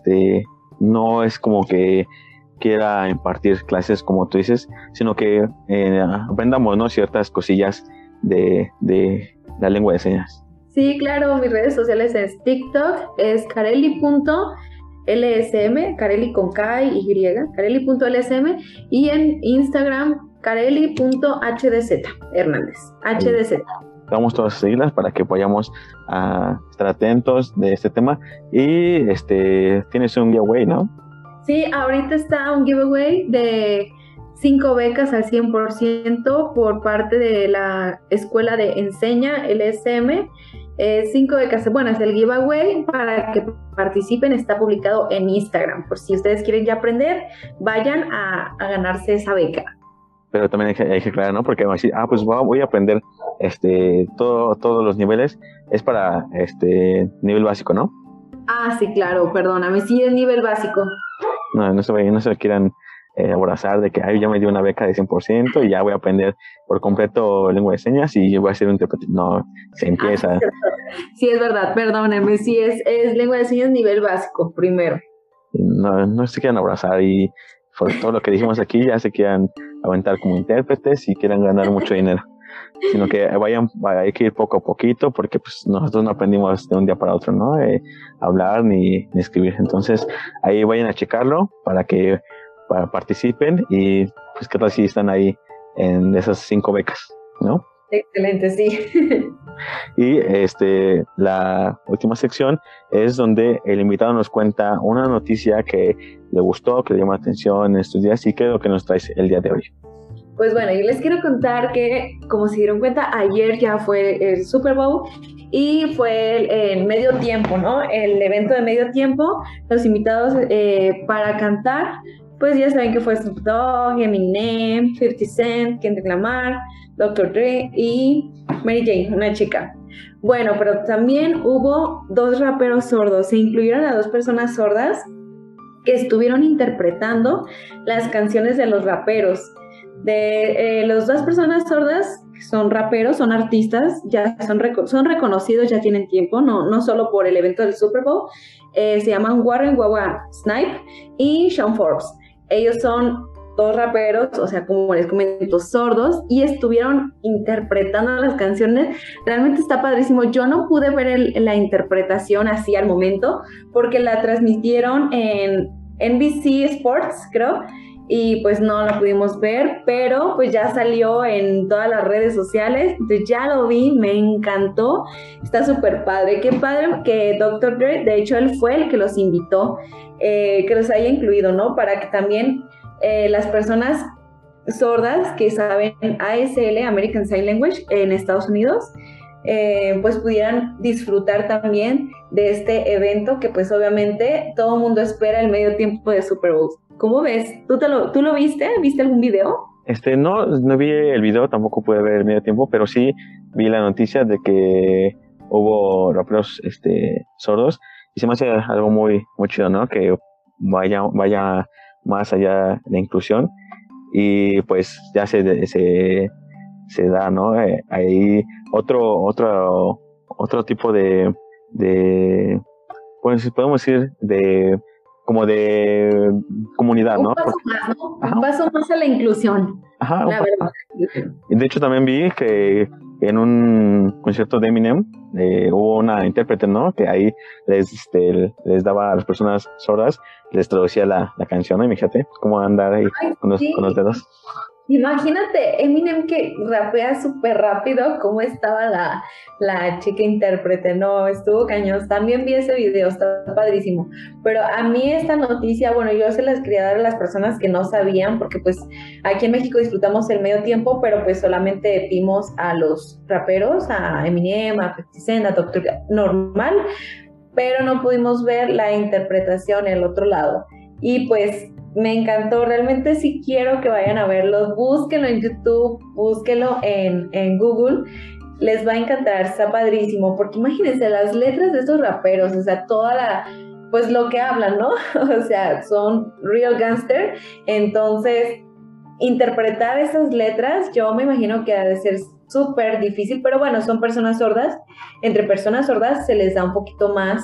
S1: no es como que quiera impartir clases como tú dices, sino que aprendamos, ¿no?, ciertas cosillas de la lengua de señas.
S2: Sí, claro, mis redes sociales es TikTok, es kareli.lsm, Kareli con K y Y, kareli.lsm, y en Instagram kareli.hdz, Hernández, HDZ.
S1: Vamos todas a seguirlas para que vayamos a estar atentos de este tema. Y tienes un giveaway, ¿no?
S2: Sí, ahorita está un giveaway de 5 becas al 100% por parte de la Escuela de Enseña LSM. 5 becas, bueno, es el giveaway para que participen, está publicado en Instagram. Por si ustedes quieren ya aprender, vayan a ganarse esa beca.
S1: Pero también hay que aclarar, ¿no? Porque van a decir, pues voy a aprender todos los niveles. Es para nivel básico, ¿no?
S2: Ah, sí, claro, perdóname, sí es nivel básico.
S1: No se quieran abrazar de que ya me dio una beca de 100% y ya voy a aprender por completo lengua de señas y voy a ser un intérprete. No, se empieza.
S2: Sí, es verdad, perdónenme, sí es lengua de señas nivel básico primero.
S1: No se quieran abrazar y por todo lo que dijimos aquí ya se quieran aventar como intérpretes y quieran ganar mucho dinero, sino que hay que ir poco a poquito, porque pues nosotros no aprendimos de un día para otro, ¿no? Hablar ni escribir. Entonces ahí vayan a checarlo para que participen y pues qué tal si están ahí en esas 5 becas, ¿no?
S2: Excelente, sí.
S1: Y la última sección es donde el invitado nos cuenta una noticia que le gustó, que le llamó la atención en estos días, y qué es lo que nos traes el día de hoy.
S2: Pues bueno, yo les quiero contar que, como se dieron cuenta, ayer ya fue el Super Bowl y fue el medio tiempo, ¿no? El evento de medio tiempo, los invitados para cantar, pues ya saben que fue Snoop Dogg, Eminem, 50 Cent, Kendrick Lamar, Dr. Dre y Mary J, una chica. Bueno, pero también hubo 2 raperos sordos, se incluyeron a 2 personas sordas que estuvieron interpretando las canciones de los raperos. De las 2 personas sordas son raperos, son artistas, ya son reconocidos, ya tienen tiempo, no solo por el evento del Super Bowl. Se llaman Warren Wawa Snipe y Sean Forbes. Ellos son 2 raperos, o sea, como les comento, sordos, y estuvieron interpretando las canciones. Realmente está padrísimo. Yo no pude ver la interpretación así al momento, porque la transmitieron en NBC Sports, creo, y pues no la pudimos ver, pero pues ya salió en todas las redes sociales, entonces ya lo vi, me encantó, está súper padre. Qué padre que Dr. Dre, de hecho él fue el que los invitó, que los haya incluido, ¿no? Para que también las personas sordas que saben ASL, American Sign Language, en Estados Unidos, pues pudieran disfrutar también de este evento que pues obviamente todo el mundo espera, el medio tiempo de Super Bowl. ¿Cómo ves? ¿Tú lo viste? ¿Viste algún video?
S1: No vi el video, tampoco pude ver el medio tiempo, pero sí vi la noticia de que hubo raperos sordos, y se me hace algo muy, muy chido, ¿no? Que vaya más allá de la inclusión, y pues ya se da, ¿no? Hay otro tipo de pues podemos decir como de comunidad, ¿no?
S2: Un paso más, ¿no? Un paso más a la inclusión.
S1: Ajá,
S2: la verdad.
S1: De hecho, también vi que en un concierto de Eminem hubo una intérprete, ¿no? Que ahí les daba a las personas sordas, les traducía la canción, ¿no? Y fíjate cómo andar ahí con los dedos.
S2: Imagínate, Eminem que rapea súper rápido, cómo estaba la chica intérprete, no, estuvo cañón. También vi ese video, está padrísimo. Pero a mí esta noticia, bueno, yo se las quería dar a las personas que no sabían, porque pues aquí en México disfrutamos el medio tiempo, pero pues solamente vimos a los raperos, a Eminem, a 50 Cent, a Dr. normal, pero no pudimos ver la interpretación, el otro lado. Y pues Me encantó, realmente sí quiero que vayan a verlos, búsquenlo en YouTube, búsquenlo en Google, les va a encantar, está padrísimo, porque imagínense las letras de estos raperos, o sea, pues lo que hablan, ¿no? O sea, son real gangster, entonces interpretar esas letras, yo me imagino que ha de ser súper difícil, pero bueno, son personas sordas, entre personas sordas se les da un poquito más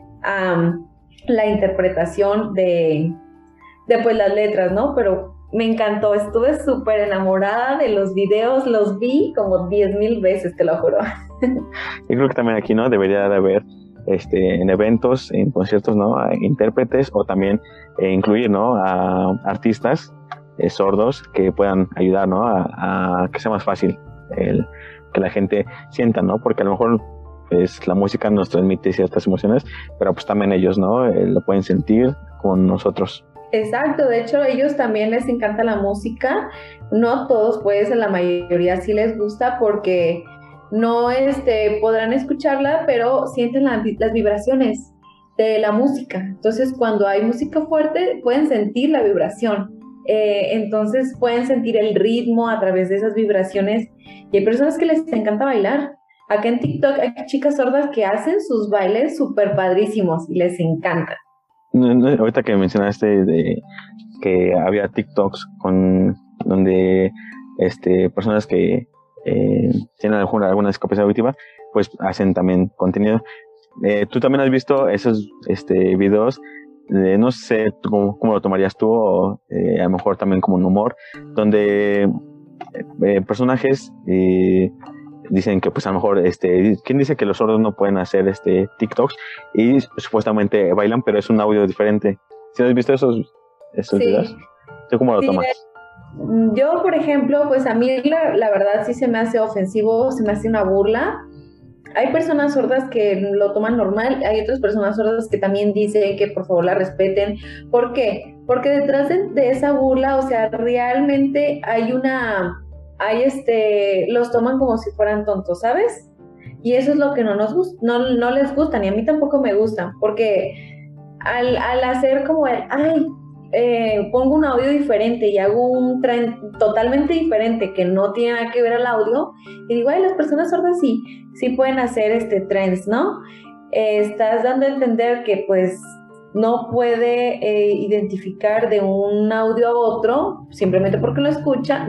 S2: la interpretación de pues las letras, ¿no? Pero me encantó, estuve súper enamorada de los videos, los vi como 10,000 veces, te lo juro.
S1: Yo creo que también aquí, ¿no? Debería de haber en eventos, en conciertos, ¿no? A intérpretes o también incluir, ¿no? A artistas sordos que puedan ayudar, ¿no? A que sea más fácil que la gente sienta, ¿no? Porque a lo mejor pues, la música nos transmite ciertas emociones, pero pues también ellos, ¿no? Lo pueden sentir con nosotros.
S2: Exacto, de hecho a ellos también les encanta la música, no todos pues, a la mayoría sí les gusta porque no podrán escucharla, pero sienten las vibraciones de la música. Entonces cuando hay música fuerte pueden sentir la vibración, entonces pueden sentir el ritmo a través de esas vibraciones y hay personas que les encanta bailar. Acá en TikTok hay chicas sordas que hacen sus bailes súper padrísimos y les encanta.
S1: Ahorita que mencionaste de que había TikToks donde personas que tienen alguna discapacidad auditiva pues hacen también contenido. ¿Tú también has visto esos videos? No sé cómo lo tomarías tú o a lo mejor también como un humor donde personajes dicen que pues a lo mejor ¿quién dice que los sordos no pueden hacer TikToks? Y supuestamente bailan, pero es un audio diferente. ¿Sí has visto esos
S2: Sí.
S1: videos? ¿Tú cómo lo
S2: Sí,
S1: tomas?
S2: yo, por ejemplo, pues a mí la verdad sí se me hace ofensivo, se me hace una burla. Hay personas sordas que lo toman normal, hay otras personas sordas que también dicen que por favor la respeten. ¿Por qué? Porque detrás de esa burla, o sea, realmente los toman como si fueran tontos, ¿sabes? Y eso es lo que no les gusta, ni a mí tampoco me gusta, porque al hacer como pongo un audio diferente y hago un tren totalmente diferente que no tiene nada que ver al audio, y digo, las personas sordas sí pueden hacer trends, ¿no? Estás dando a entender que pues no puede identificar de un audio a otro simplemente porque no escucha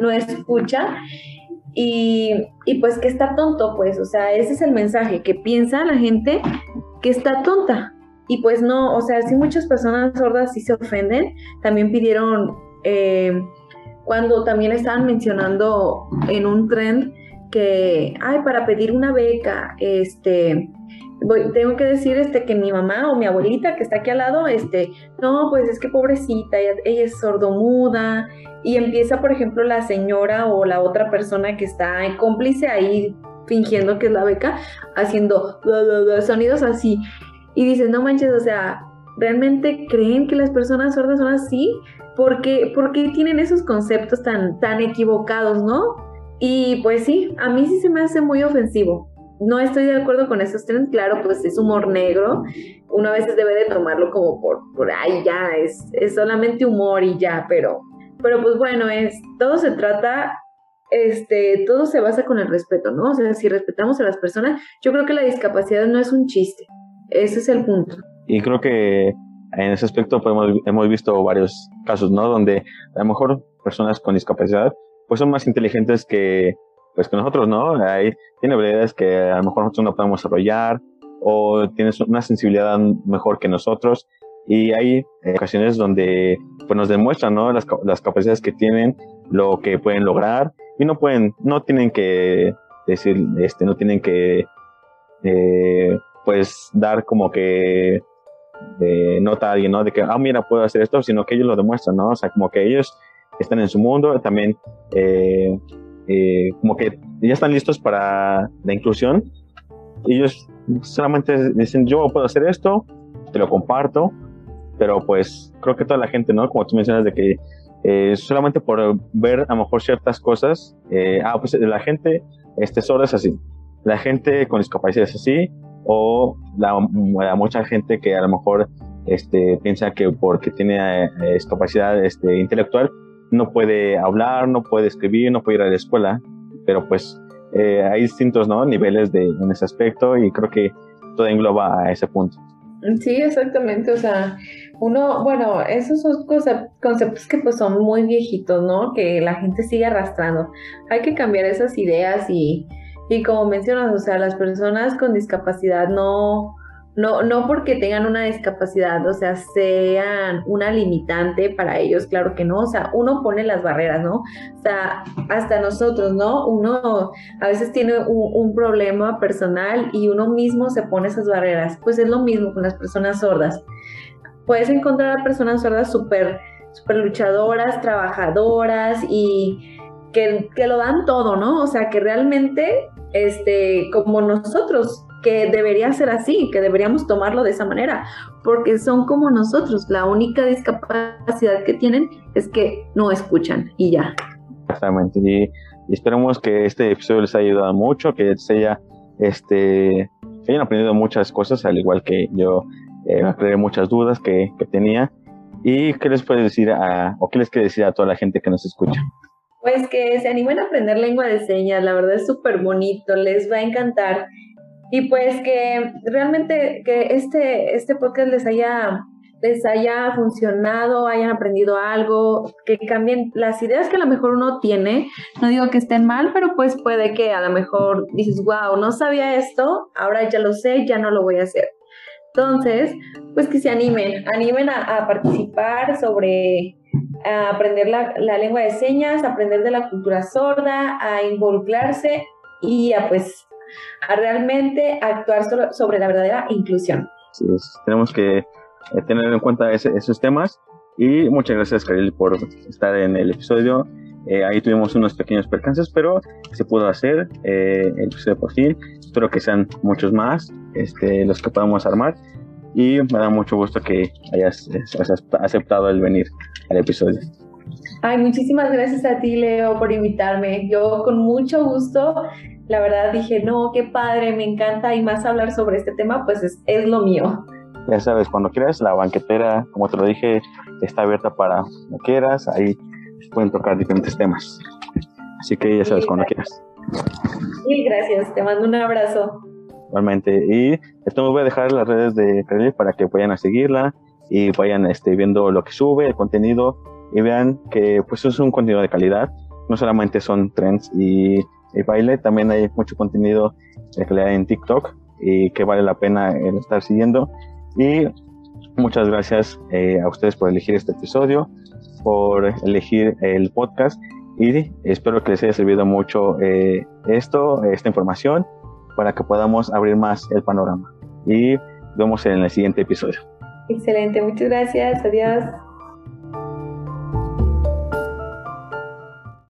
S2: y pues que está tonto, pues, o sea, ese es el mensaje, que piensa la gente que está tonta. Y pues no, o sea, sí muchas personas sordas sí se ofenden. También pidieron, cuando también estaban mencionando en un trend que, para pedir una beca, tengo que decir que mi mamá o mi abuelita que está aquí al lado, no, pues es que pobrecita, ella es sordomuda, y empieza, por ejemplo, la señora o la otra persona que está cómplice ahí fingiendo que es la beca, haciendo sonidos así. Y dices, no manches, o sea, ¿realmente creen que las personas sordas son así? ¿Por qué tienen esos conceptos tan equivocados, no? Y pues sí, a mí sí se me hace muy ofensivo. No estoy de acuerdo con esos trends, claro, pues es humor negro. Uno a veces debe de tomarlo como por ahí ya, es solamente humor y ya, pero pues bueno, todo se trata, todo se basa con el respeto, ¿no? O sea, si respetamos a las personas, yo creo que la discapacidad no es un chiste. Ese es el punto.
S1: Y creo que en ese aspecto hemos visto varios casos, ¿no? Donde a lo mejor personas con discapacidad pues son más inteligentes que nosotros, ¿no? Tienen habilidades que a lo mejor nosotros no podemos desarrollar o tienen una sensibilidad mejor que nosotros y hay ocasiones donde pues nos demuestran, ¿no? Las capacidades que tienen, lo que pueden lograr y no tienen que decir, no tienen que pues dar como que nota a alguien, ¿no? De que, mira, puedo hacer esto, sino que ellos lo demuestran, ¿no? O sea, como que ellos están en su mundo, también como que ya están listos para la inclusión. Ellos solamente dicen, yo puedo hacer esto, te lo comparto, pero pues creo que toda la gente, ¿no? Como tú mencionas de que solamente por ver a lo mejor ciertas cosas, pues la gente sorda es así, la gente con discapacidad es así, o la mucha gente que a lo mejor piensa que porque tiene discapacidad intelectual no puede hablar, no puede escribir, no puede ir a la escuela, pero pues hay distintos, ¿no?, niveles en ese aspecto, y creo que todo engloba a ese punto.
S2: Sí, exactamente, o sea, bueno, esos son conceptos que pues son muy viejitos, ¿no? Que la gente sigue arrastrando. Hay que cambiar esas ideas y como mencionas, o sea, las personas con discapacidad no porque tengan una discapacidad, o sea, sean una limitante para ellos, claro que no, o sea, uno pone las barreras, ¿no? O sea, hasta nosotros, ¿no? Uno a veces tiene un problema personal y uno mismo se pone esas barreras, pues es lo mismo con las personas sordas. Puedes encontrar a personas sordas súper luchadoras, trabajadoras y que lo dan todo, ¿no? O sea, que realmente, como nosotros, que debería ser así, que deberíamos tomarlo de esa manera, porque son como nosotros. La única discapacidad que tienen es que no escuchan y ya.
S1: Exactamente, y esperemos que este episodio les haya ayudado mucho, que que hayan aprendido muchas cosas, al igual que yo aclaré muchas dudas que tenía. ¿Y qué les puedes decir o qué les quiere decir a toda la gente que nos escucha?
S2: Pues que se animen a aprender lengua de señas, la verdad es súper bonito, les va a encantar. Y pues que realmente que este podcast les haya funcionado, hayan aprendido algo, que cambien las ideas que a lo mejor uno tiene. No digo que estén mal, pero pues puede que a lo mejor dices, wow, no sabía esto, ahora ya lo sé, ya no lo voy a hacer. Entonces, pues que se animen a participar a aprender la lengua de señas, a aprender de la cultura sorda, a involucrarse y a realmente actuar sobre la verdadera inclusión.
S1: Sí, tenemos que tener en cuenta esos temas. Y muchas gracias, Kareli, por estar en el episodio. Ahí tuvimos unos pequeños percances, pero se pudo hacer el episodio por fin. Espero que sean muchos más los que podamos armar, y me da mucho gusto que hayas aceptado el venir al episodio.
S2: Ay, muchísimas gracias a ti, Leo, por invitarme. Yo con mucho gusto, la verdad dije, no, qué padre, me encanta, y más hablar sobre este tema, pues es lo mío.
S1: Ya sabes, cuando quieras, la banquetera, como te lo dije, está abierta para cuando quieras. Ahí pueden tocar diferentes temas. Así que ya sabes, cuando quieras.
S2: Mil gracias, te mando un abrazo.
S1: Igualmente. Y esto me voy a dejar las redes de Kareli para que vayan a seguirla y vayan viendo lo que sube, el contenido, y vean que pues es un contenido de calidad. No solamente son trends y baile, también hay mucho contenido de calidad en TikTok y que vale la pena el estar siguiendo. Y muchas gracias a ustedes por elegir este episodio, por elegir el podcast, y espero que les haya servido mucho esta información para que podamos abrir más el panorama. Y nos vemos en el siguiente episodio.
S2: Excelente, muchas gracias, adiós.